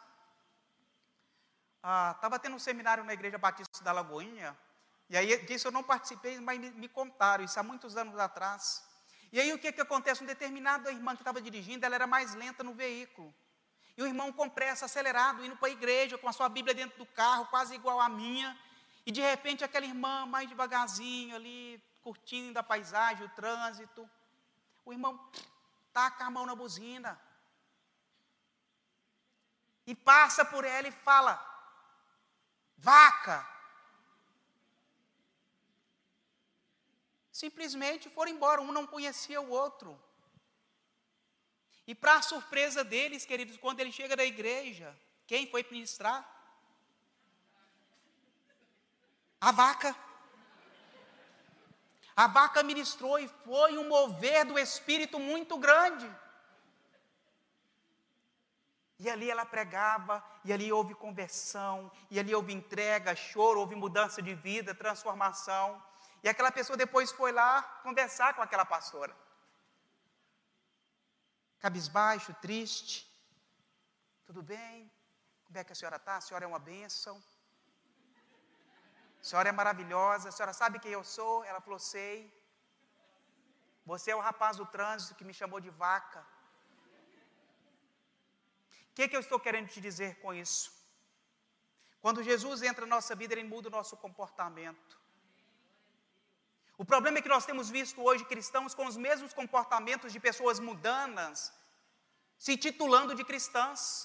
Estava tendo um seminário na Igreja Batista da Lagoinha, e aí disso eu não participei, mas me contaram, isso há muitos anos atrás. E aí o que acontece? Um determinado irmã que estava dirigindo, ela era mais lenta no veículo. E o irmão com pressa, acelerado, indo para a igreja, com a sua Bíblia dentro do carro, quase igual à minha. E de repente aquela irmã mais devagarzinho ali, curtindo a paisagem, o trânsito. O irmão taca a mão na buzina. E passa por ela e fala, vaca. Simplesmente foram embora, um não conhecia o outro. E para a surpresa deles, queridos, quando ele chega da igreja, quem foi ministrar? A vaca. A vaca ministrou e foi um mover do Espírito muito grande. E ali ela pregava, e ali houve conversão, e ali houve entrega, choro, houve mudança de vida, transformação. E aquela pessoa depois foi lá conversar com aquela pastora. Cabisbaixo, triste. Tudo bem? Como é que a senhora está? A senhora é uma bênção. A senhora é maravilhosa. A senhora sabe quem eu sou? Ela falou, sei. Você é o rapaz do trânsito que me chamou de vaca. O que eu estou querendo te dizer com isso? Quando Jesus entra na nossa vida, Ele muda o nosso comportamento. O problema é que nós temos visto hoje cristãos com os mesmos comportamentos de pessoas mundanas, se titulando de cristãs,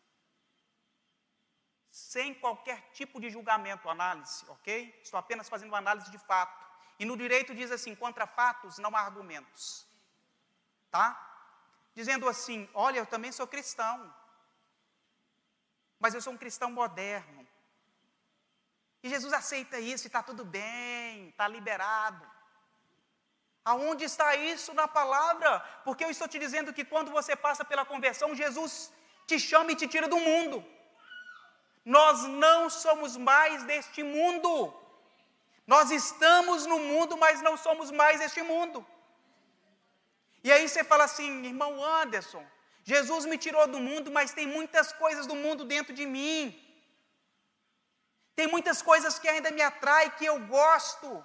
sem qualquer tipo de julgamento, análise, ok? Estou apenas fazendo uma análise de fato. E no direito diz assim, contra fatos não há argumentos. Tá? Dizendo assim, olha, eu também sou cristão, mas eu sou um cristão moderno. E Jesus aceita isso e está tudo bem, está liberado. Aonde está isso na palavra? Porque eu estou te dizendo que quando você passa pela conversão, Jesus te chama e te tira do mundo. Nós não somos mais deste mundo. Nós estamos no mundo, mas não somos mais deste mundo. E aí você fala assim, irmão Anderson, Jesus me tirou do mundo, mas tem muitas coisas do mundo dentro de mim. Tem muitas coisas que ainda me atraem, que eu gosto,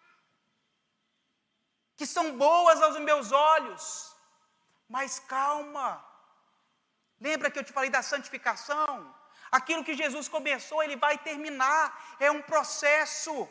que são boas aos meus olhos. Mas calma. Lembra que eu te falei da santificação? Aquilo que Jesus começou, Ele vai terminar. É um processo.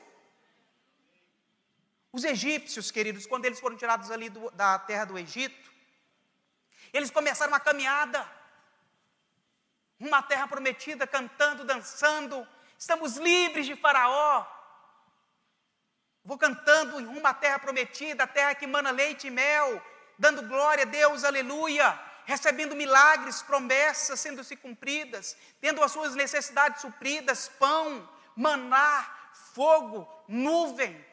Os egípcios, queridos, quando eles foram tirados ali da terra do Egito, eles começaram uma caminhada, uma terra prometida, cantando, dançando. Estamos livres de Faraó. Vou cantando em uma terra prometida, a terra que mana leite e mel, dando glória a Deus, aleluia, recebendo milagres, promessas sendo-se cumpridas, tendo as suas necessidades supridas, pão, maná, fogo, nuvem.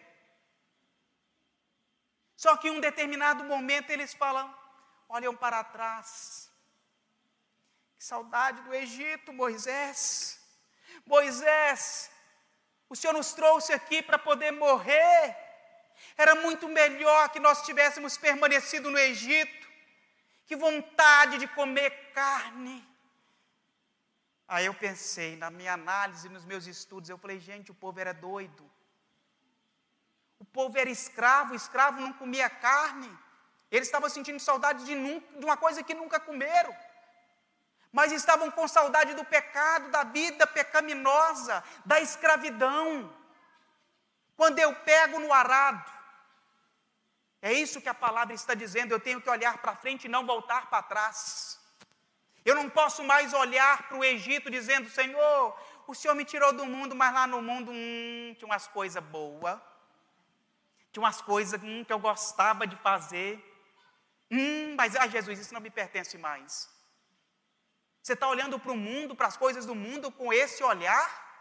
Só que em um determinado momento eles falam, olham para trás. Que saudade do Egito, Moisés. Moisés, o Senhor nos trouxe aqui para poder morrer. Era muito melhor que nós tivéssemos permanecido no Egito. Que vontade de comer carne. Aí eu pensei, na minha análise, nos meus estudos, eu falei, gente, o povo era doido. O povo era escravo, o escravo não comia carne. Eles estavam sentindo saudade de uma coisa que nunca comeram. Mas estavam com saudade do pecado, da vida pecaminosa, da escravidão. Quando eu pego no arado, é isso que a palavra está dizendo, eu tenho que olhar para frente e não voltar para trás. Eu não posso mais olhar para o Egito dizendo, Senhor, o Senhor me tirou do mundo, mas lá no mundo tinha umas coisas boas. Tinha umas coisas que eu gostava de fazer. Mas, Jesus, isso não me pertence mais. Você está olhando para o mundo, para as coisas do mundo com esse olhar?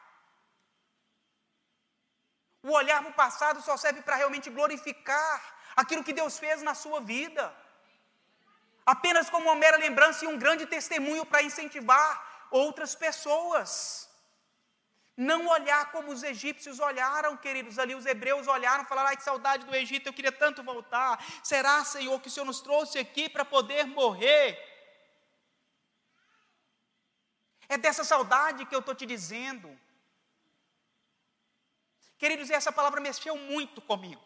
O olhar para o passado só serve para realmente glorificar aquilo que Deus fez na sua vida. Apenas como uma mera lembrança e um grande testemunho para incentivar outras pessoas. Não olhar como os egípcios olharam, queridos, ali os hebreus olharam, falaram, ai que saudade do Egito, eu queria tanto voltar. Será, Senhor, que o Senhor nos trouxe aqui para poder morrer? É dessa saudade que eu estou te dizendo. Queridos, essa palavra mexeu muito comigo.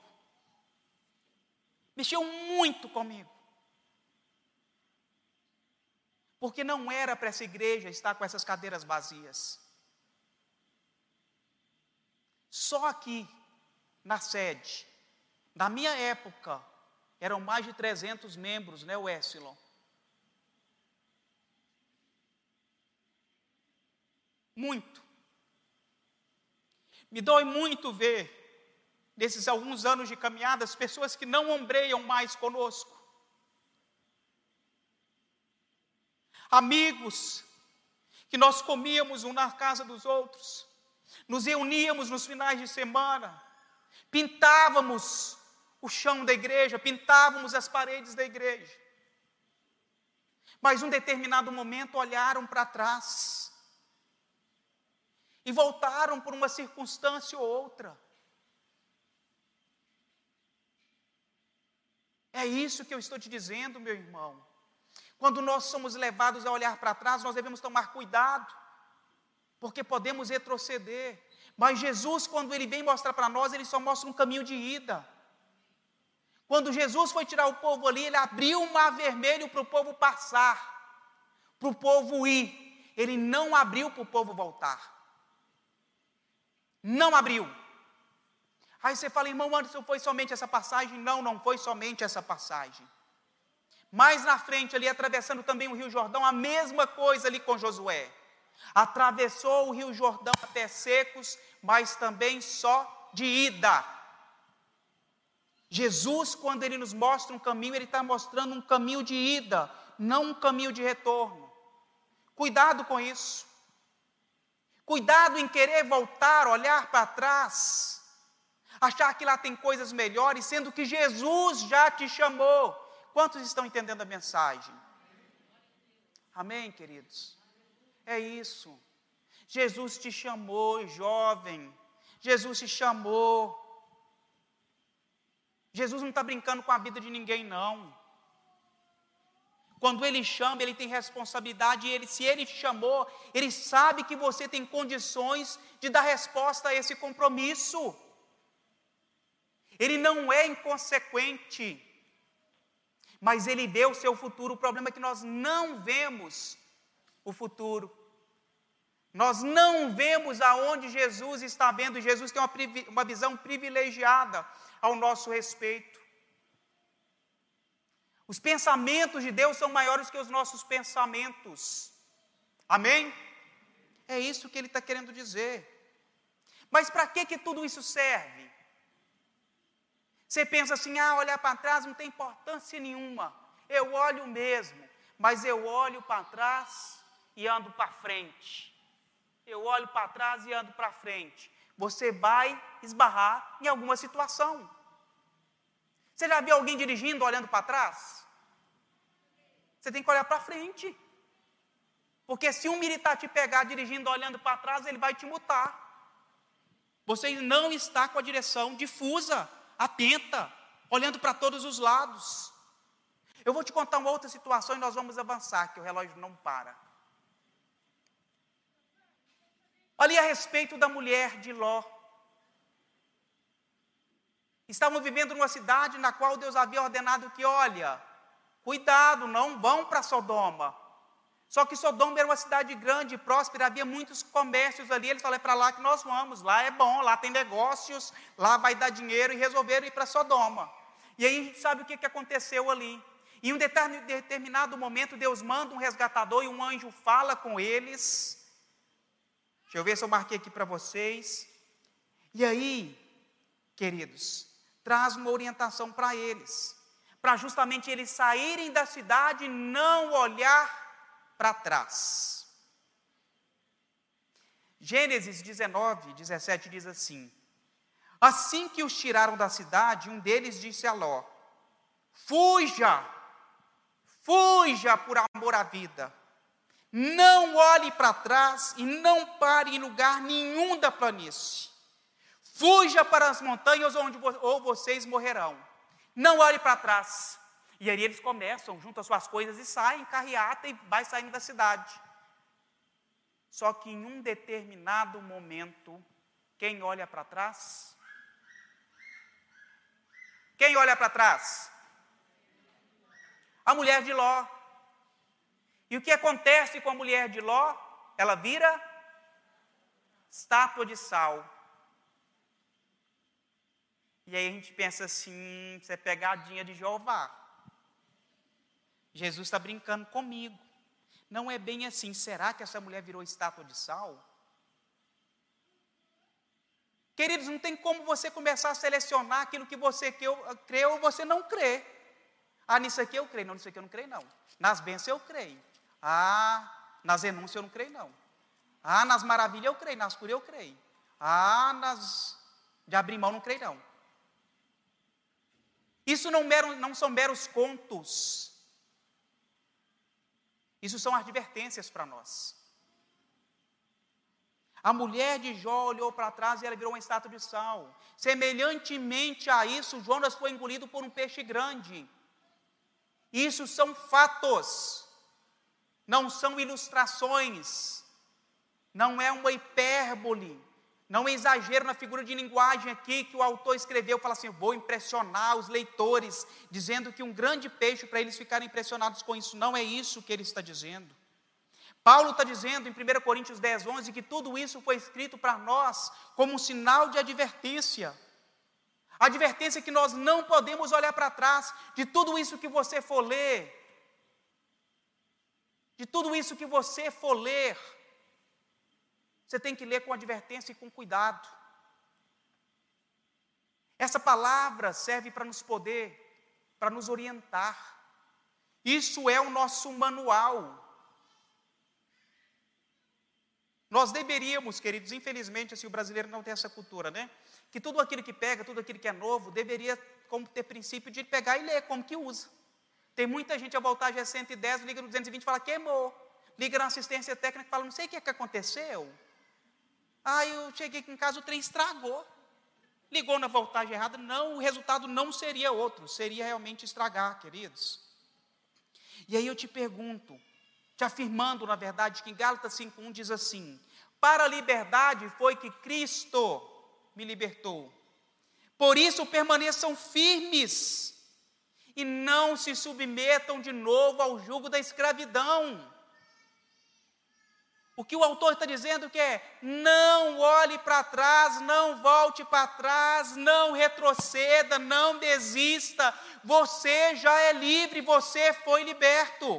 Mexeu muito comigo. Porque não era para essa igreja estar com essas cadeiras vazias. Só aqui, na sede, na minha época, eram mais de 300 membros, né, Wessilon? Muito. Me dói muito ver, nesses alguns anos de caminhada, as pessoas que não ombreiam mais conosco. Amigos, que nós comíamos um na casa dos outros, nos reuníamos nos finais de semana, pintávamos o chão da igreja, pintávamos as paredes da igreja. Mas em um determinado momento olharam para trás e voltaram por uma circunstância ou outra. É isso que eu estou te dizendo, meu irmão. Quando nós somos levados a olhar para trás, nós devemos tomar cuidado, porque podemos retroceder. Mas Jesus, quando Ele vem mostrar para nós, Ele só mostra um caminho de ida. Quando Jesus foi tirar o povo ali, Ele abriu o mar vermelho para o povo passar, para o povo ir. Ele não abriu para o povo voltar. Não abriu. Aí você fala, irmão Anderson, foi somente essa passagem? Não, não foi somente essa passagem. Mais na frente ali, atravessando também o Rio Jordão, a mesma coisa ali com Josué. Atravessou o Rio Jordão a pés secos, mas também só de ida. Jesus, quando Ele nos mostra um caminho, Ele está mostrando um caminho de ida, não um caminho de retorno. Cuidado com isso. Cuidado em querer voltar, olhar para trás, achar que lá tem coisas melhores, sendo que Jesus já te chamou. Quantos estão entendendo a mensagem? Amém, queridos? É isso. Jesus te chamou, jovem. Jesus te chamou. Jesus não está brincando com a vida de ninguém, não. Quando Ele chama, Ele tem responsabilidade. E se Ele te chamou, Ele sabe que você tem condições de dar resposta a esse compromisso. Ele não é inconsequente, mas Ele vê o seu futuro. O problema é que nós não vemos o futuro. Nós não vemos aonde Jesus está vendo. Jesus tem uma visão privilegiada ao nosso respeito. Os pensamentos de Deus são maiores que os nossos pensamentos. Amém? É isso que Ele está querendo dizer. Mas para que tudo isso serve? Você pensa assim, olhar para trás não tem importância nenhuma. Eu olho mesmo, mas eu olho para trás e ando para frente. Eu olho para trás e ando para frente. Você vai esbarrar em alguma situação. Você já viu alguém dirigindo olhando para trás? Você tem que olhar para frente. Porque se um militar te pegar dirigindo olhando para trás, ele vai te multar. Você não está com a direção difusa, atenta, olhando para todos os lados. Eu vou te contar uma outra situação e nós vamos avançar, que o relógio não para. Ali a respeito da mulher de Ló. Estavam vivendo numa cidade na qual Deus havia ordenado que, olha, cuidado, não vão para Sodoma. Só que Sodoma era uma cidade grande, próspera, havia muitos comércios ali. Eles falaram, é para lá que nós vamos, lá é bom, lá tem negócios, lá vai dar dinheiro, e resolveram ir para Sodoma. E aí a gente sabe o que aconteceu ali. Em um determinado momento, Deus manda um resgatador e um anjo fala com eles. Deixa eu ver se eu marquei aqui para vocês. E aí, queridos, traz uma orientação para eles, para justamente eles saírem da cidade e não olhar para trás. Gênesis 19, 17 diz assim: assim que os tiraram da cidade, um deles disse a Ló: fuja, fuja por amor à vida. Não olhe para trás e não pare em lugar nenhum da planície. Fuja para as montanhas ou vocês morrerão. Não olhe para trás. E aí eles começam, juntam suas coisas e saem, carreata e vai saindo da cidade. Só que em um determinado momento, quem olha para trás? Quem olha para trás? A mulher de Ló. E o que acontece com a mulher de Ló? Ela vira estátua de sal. E aí a gente pensa assim, isso é pegadinha de Jeová. Jesus está brincando comigo. Não é bem assim. Será que essa mulher virou estátua de sal? Queridos, não tem como você começar a selecionar aquilo que você crê ou você não crê. Nisso aqui eu creio. Não, nisso aqui eu não creio, não. Nas bênçãos eu creio. Nas renúncias eu não creio, não. Nas maravilhas eu creio. Nas curas eu creio. Nas de abrir mão eu não creio, não. Isso não são meros contos. Isso são advertências para nós. A mulher de Jó olhou para trás e ela virou uma estátua de sal. Semelhantemente a isso, Jonas foi engolido por um peixe grande. Isso são fatos, não são ilustrações, não é uma hipérbole, não é exagero na figura de linguagem aqui que o autor escreveu, fala assim, vou impressionar os leitores, dizendo que um grande peixe para eles ficarem impressionados com isso. Não é isso que ele está dizendo. Paulo está dizendo em 1 Coríntios 10, 11, que tudo isso foi escrito para nós como um sinal de advertência. Advertência que nós não podemos olhar para trás de tudo isso que você for ler. De tudo isso que você for ler. Você tem que ler com advertência e com cuidado. Essa palavra serve para nos para nos orientar. Isso é o nosso manual. Nós deveríamos, queridos, infelizmente, assim, o brasileiro não tem essa cultura, né? Que tudo aquilo que pega, tudo aquilo que é novo, deveria como ter princípio de pegar e ler, como que usa. Tem muita gente, a voltagem é 110, liga no 220 e fala, queimou. Liga na assistência técnica e fala, não sei o que aconteceu. Eu cheguei aqui em casa, o trem estragou. Ligou na voltagem errada. Não, o resultado não seria outro, seria realmente estragar, queridos. E aí eu te pergunto, te afirmando, na verdade, que em Gálatas 5:1 diz assim, para a liberdade foi que Cristo me libertou. Por isso permaneçam firmes e não se submetam de novo ao jugo da escravidão. O que o autor está dizendo que é, não olhe para trás, não volte para trás, não retroceda, não desista. Você já é livre, você foi liberto.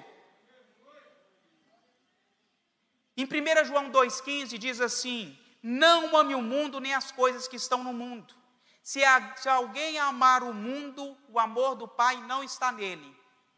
Em 1 João 2,15 diz assim, não ame o mundo nem as coisas que estão no mundo. Se alguém amar o mundo, o amor do Pai não está nele.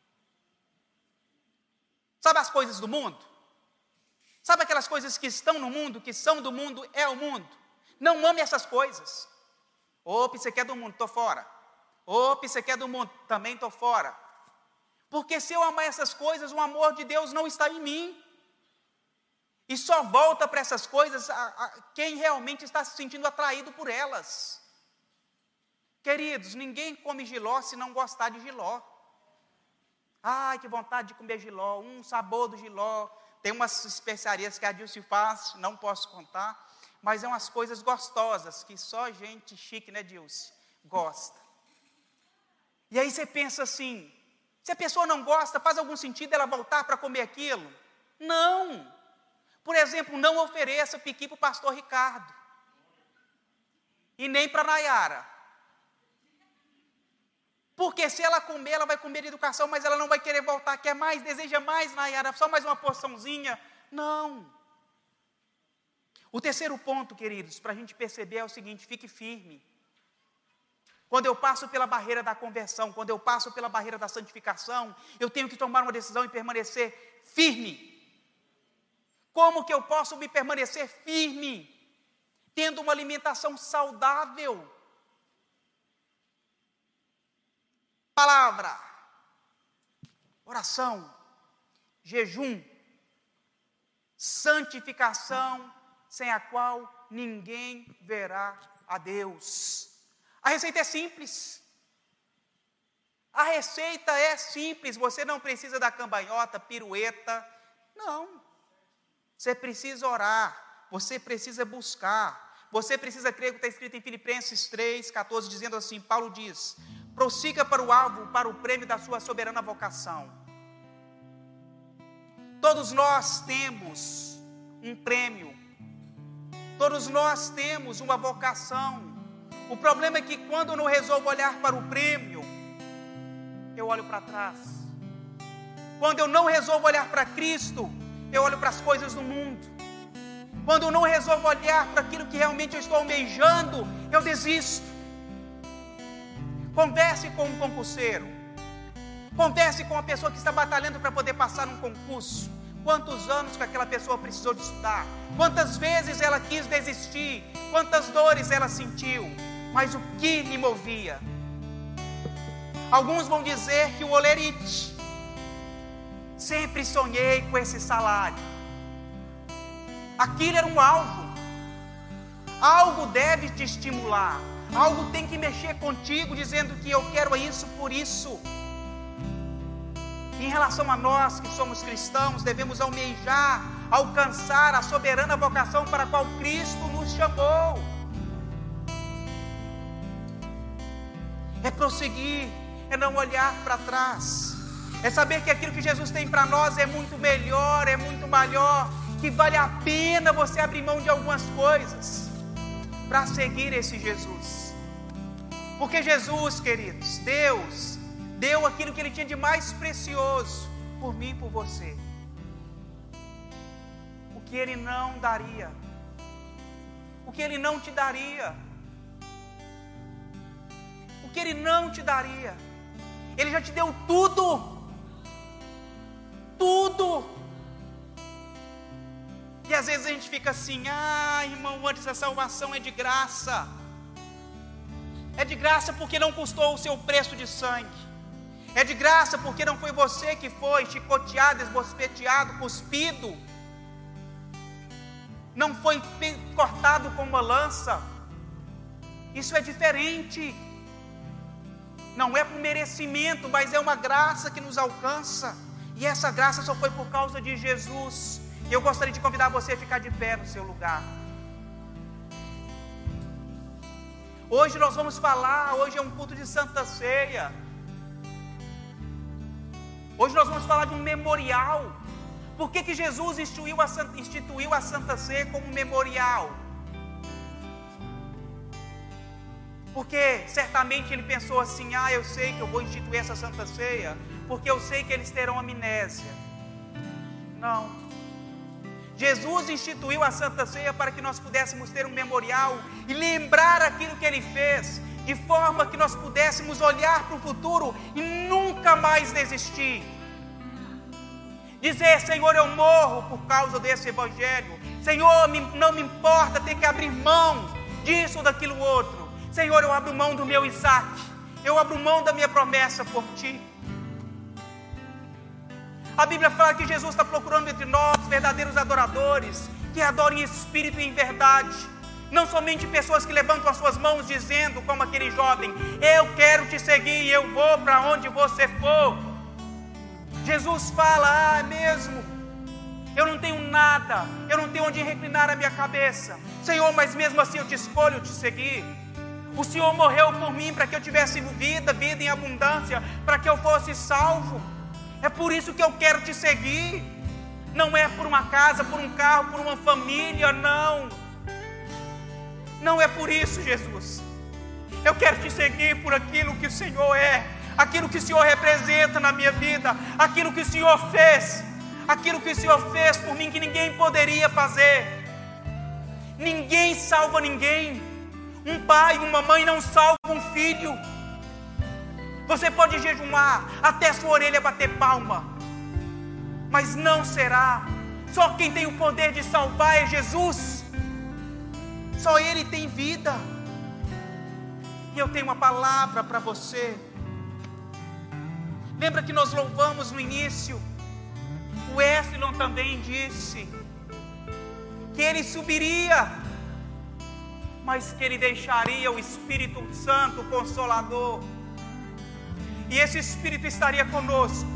Sabe as coisas do mundo? Sabe aquelas coisas que estão no mundo, que são do mundo, é o mundo? Não ame essas coisas. Opa, você quer do mundo, estou fora. Opa, você quer do mundo, também estou fora. Porque se eu amar essas coisas, o amor de Deus não está em mim. E só volta para essas coisas quem realmente está se sentindo atraído por elas. Queridos, ninguém come jiló se não gostar de jiló. Ai, que vontade de comer jiló, sabor do jiló. Tem umas especiarias que a Dilce faz, não posso contar, mas é umas coisas gostosas, que só gente chique, né, Dilce, gosta. E aí você pensa assim, se a pessoa não gosta, faz algum sentido ela voltar para comer aquilo? Não. Por exemplo, não ofereça piqui para o pastor Ricardo. E nem para a Nayara. Porque se ela comer, ela vai comer de educação, mas ela não vai querer voltar. Quer mais, deseja mais, Nayara, só mais uma porçãozinha. Não. O terceiro ponto, queridos, para a gente perceber é o seguinte, fique firme. Quando eu passo pela barreira da conversão, quando eu passo pela barreira da santificação, eu tenho que tomar uma decisão e permanecer firme. Como que eu posso me permanecer firme? Tendo uma alimentação saudável. Palavra, oração, jejum, santificação, sem a qual ninguém verá a Deus. A receita é simples. A receita é simples, você não precisa da cambalhota, pirueta, não. Você precisa orar, você precisa buscar, você precisa crer o que está escrito em Filipenses 3,14, dizendo assim, Paulo diz, prossiga para o alvo, para o prêmio da sua soberana vocação. Todos nós temos um prêmio, todos nós temos uma vocação. O problema é que quando eu não resolvo olhar para o prêmio, eu olho para trás. Quando eu não resolvo olhar para Cristo, eu olho para as coisas do mundo. Quando eu não resolvo olhar para aquilo que realmente eu estou almejando, eu desisto. Converse com um concurseiro. Converse com uma pessoa que está batalhando para poder passar num concurso. Quantos anos que aquela pessoa precisou de estudar? Quantas vezes ela quis desistir? Quantas dores ela sentiu? Mas o que lhe movia? Alguns vão dizer que o olerite. Sempre sonhei com esse salário. Aquilo era um alvo. Algo deve te estimular. Algo tem que mexer contigo, dizendo que eu quero isso por isso. Em relação a nós que somos cristãos, devemos almejar, alcançar a soberana vocação para a qual Cristo nos chamou. É prosseguir, é não olhar para trás, é saber que aquilo que Jesus tem para nós é muito melhor, é muito maior, que vale a pena você abrir mão de algumas coisas para seguir esse Jesus. Porque Jesus, queridos, Deus deu aquilo que Ele tinha de mais precioso por mim e por você. O que Ele não daria, o que Ele não te daria, o que Ele não te daria. Ele já te deu tudo, tudo. E às vezes a gente fica assim: irmão, antes a salvação é de graça. É de graça porque não custou o seu preço de sangue. É de graça porque não foi você que foi chicoteado, esbofeteado, cuspido. Não foi cortado com uma lança. Isso é diferente. Não é por merecimento, mas é uma graça que nos alcança. E essa graça só foi por causa de Jesus. E eu gostaria de convidar você a ficar de pé no seu lugar. Hoje nós vamos falar, hoje é um culto de Santa Ceia. Hoje nós vamos falar de um memorial. Por que Jesus instituiu a Santa Ceia como memorial? Porque certamente Ele pensou assim: eu sei que eu vou instituir essa Santa Ceia, porque eu sei que eles terão amnésia. Não. Jesus instituiu a Santa Ceia para que nós pudéssemos ter um memorial e lembrar aquilo que Ele fez, de forma que nós pudéssemos olhar para o futuro e nunca mais desistir. Dizer: Senhor, eu morro por causa desse Evangelho. Senhor, não me importa ter que abrir mão disso ou daquilo outro. Senhor, eu abro mão do meu Isaac. Eu abro mão da minha promessa por Ti. A Bíblia fala que Jesus está procurando entre nós verdadeiros adoradores, que adorem em espírito e em verdade. Não somente pessoas que levantam as suas mãos dizendo, como aquele jovem: eu quero te seguir e eu vou para onde você for. Jesus fala: mesmo, eu não tenho nada, eu não tenho onde reclinar a minha cabeça. Senhor, mas mesmo assim eu te escolho te seguir. O Senhor morreu por mim para que eu tivesse vida em abundância, para que eu fosse salvo. É por isso que eu quero te seguir. Não é por uma casa, por um carro, por uma família, não. Não é por isso, Jesus. Eu quero te seguir por aquilo que o Senhor é, aquilo que o Senhor representa na minha vida, aquilo que o Senhor fez, aquilo que o Senhor fez por mim que ninguém poderia fazer. Ninguém salva ninguém. Um pai e uma mãe não salvam um filho. Você pode jejuar até sua orelha bater palma, mas não será. Só quem tem o poder de salvar é Jesus. Só Ele tem vida. E eu tenho uma palavra para você. Lembra que nós louvamos no início? O Wesley também disse que Ele subiria, mas que Ele deixaria o Espírito Santo, o Consolador. E esse Espírito estaria conosco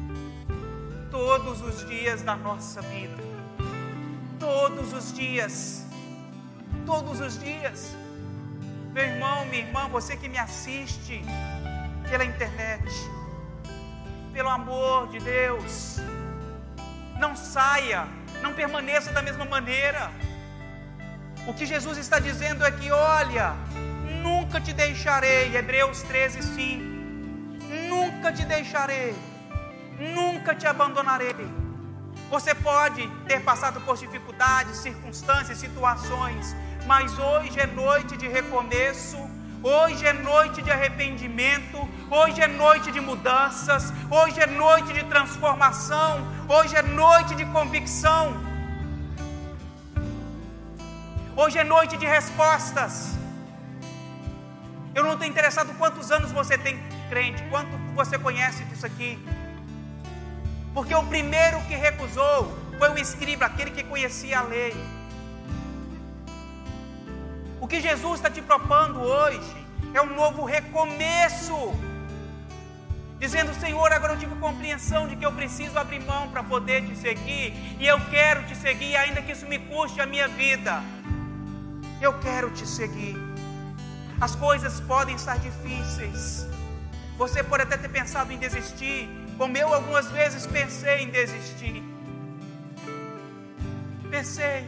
todos os dias da nossa vida. Todos os dias. Todos os dias. Meu irmão, minha irmã, você que me assiste pela internet, pelo amor de Deus, não saia, não permaneça da mesma maneira. O que Jesus está dizendo é que, olha, nunca te deixarei, Hebreus 13:5. Nunca te deixarei, nunca te abandonarei. Você pode ter passado por dificuldades, circunstâncias, situações, mas hoje é noite de recomeço, hoje é noite de arrependimento, hoje é noite de mudanças, hoje é noite de transformação, hoje é noite de convicção, hoje é noite de respostas. Eu não estou interessado quantos anos você tem crente, quanto você conhece disso aqui. Porque o primeiro que recusou foi o escriba, aquele que conhecia a lei. O que Jesus está te propondo hoje é um novo recomeço. Dizendo: Senhor, agora eu tive compreensão de que eu preciso abrir mão para poder te seguir. E eu quero te seguir, ainda que isso me custe a minha vida. Eu quero te seguir. As coisas podem estar difíceis. Você pode até ter pensado em desistir, como eu algumas vezes pensei em desistir. Pensei.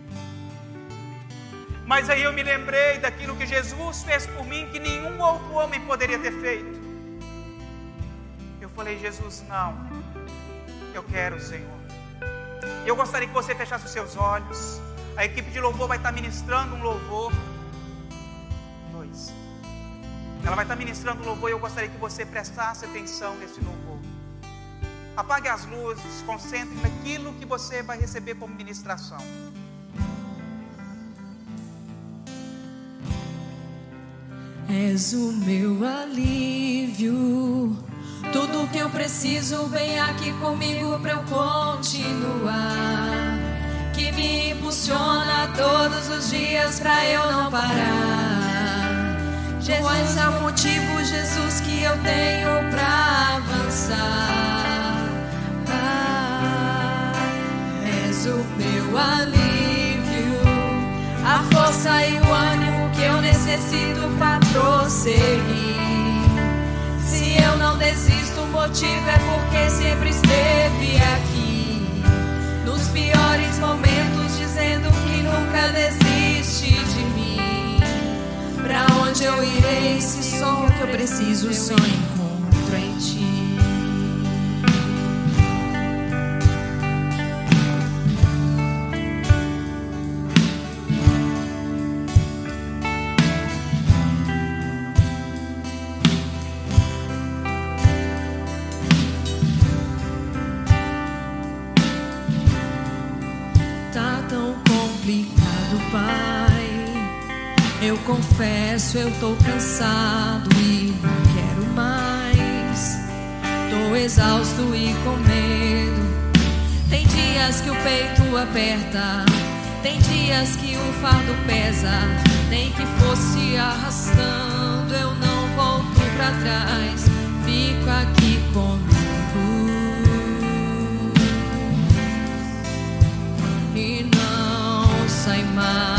Mas aí eu me lembrei daquilo que Jesus fez por mim, que nenhum outro homem poderia ter feito. Eu falei: Jesus, não. Eu quero, Senhor. Eu gostaria que você fechasse os seus olhos. A equipe de louvor vai estar ministrando um louvor. 2. Ela vai estar ministrando um louvor e eu gostaria que você prestasse atenção nesse louvor. Apague as luzes, concentre naquilo que você vai receber como ministração. És o meu alívio, tudo que eu preciso vem aqui comigo pra eu continuar, que me impulsiona todos os dias pra eu não parar. Jesus é o motivo, Jesus, que eu tenho pra avançar. És o meu alívio, a força e o ânimo que eu necessito pra prosseguir. Se eu não desisto, o motivo é porque sempre esteve aqui, nos piores momentos, dizendo que nunca desiste de mim. Pra onde eu irei se só o que eu preciso só encontro em ti? Eu confesso, eu tô cansado e não quero mais. Tô exausto e com medo. Tem dias que o peito aperta, tem dias que o fardo pesa. Nem que fosse arrastando, eu não volto pra trás. Fico aqui comigo e não sai mais.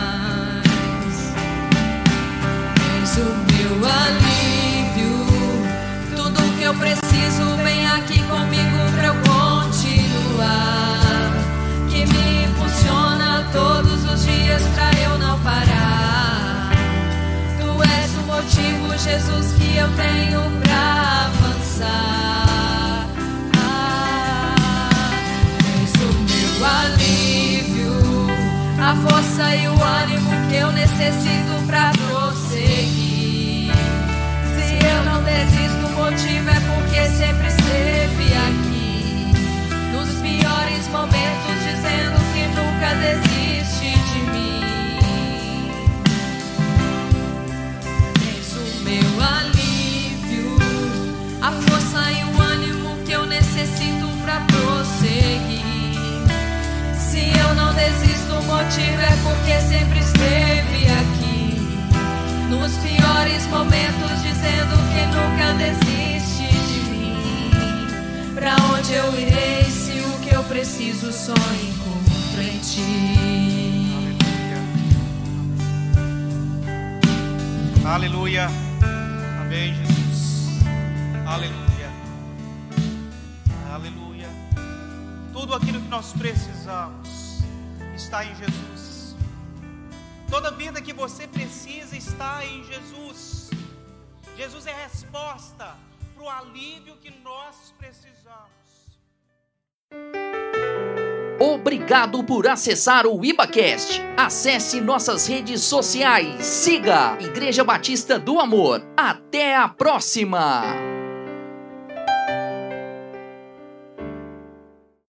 O meu alívio, tudo que eu preciso vem aqui comigo pra eu continuar, que me impulsiona todos os dias pra eu não parar. Tu és o motivo, Jesus, que eu tenho pra avançar. És o meu alívio, a força e o ânimo que eu necessito pra prosseguir. Eu não desisto, o motivo é porque sempre esteve aqui, nos piores momentos, dizendo que nunca desiste de mim. És o meu alívio, a força e o ânimo que eu necessito pra prosseguir. Se eu não desisto, o motivo é porque sempre esteve aqui, nos piores momentos, dizendo que nunca desiste de mim. Pra onde eu irei se o que eu preciso só encontro em ti? Aleluia. Amém, Jesus. Aleluia. Aleluia. Tudo aquilo que nós precisamos está em Jesus. Toda vida que você precisa está em Jesus. Jesus é a resposta para o alívio que nós precisamos. Obrigado por acessar o IbaCast. Acesse nossas redes sociais. Siga Igreja Batista do Amor. Até a próxima!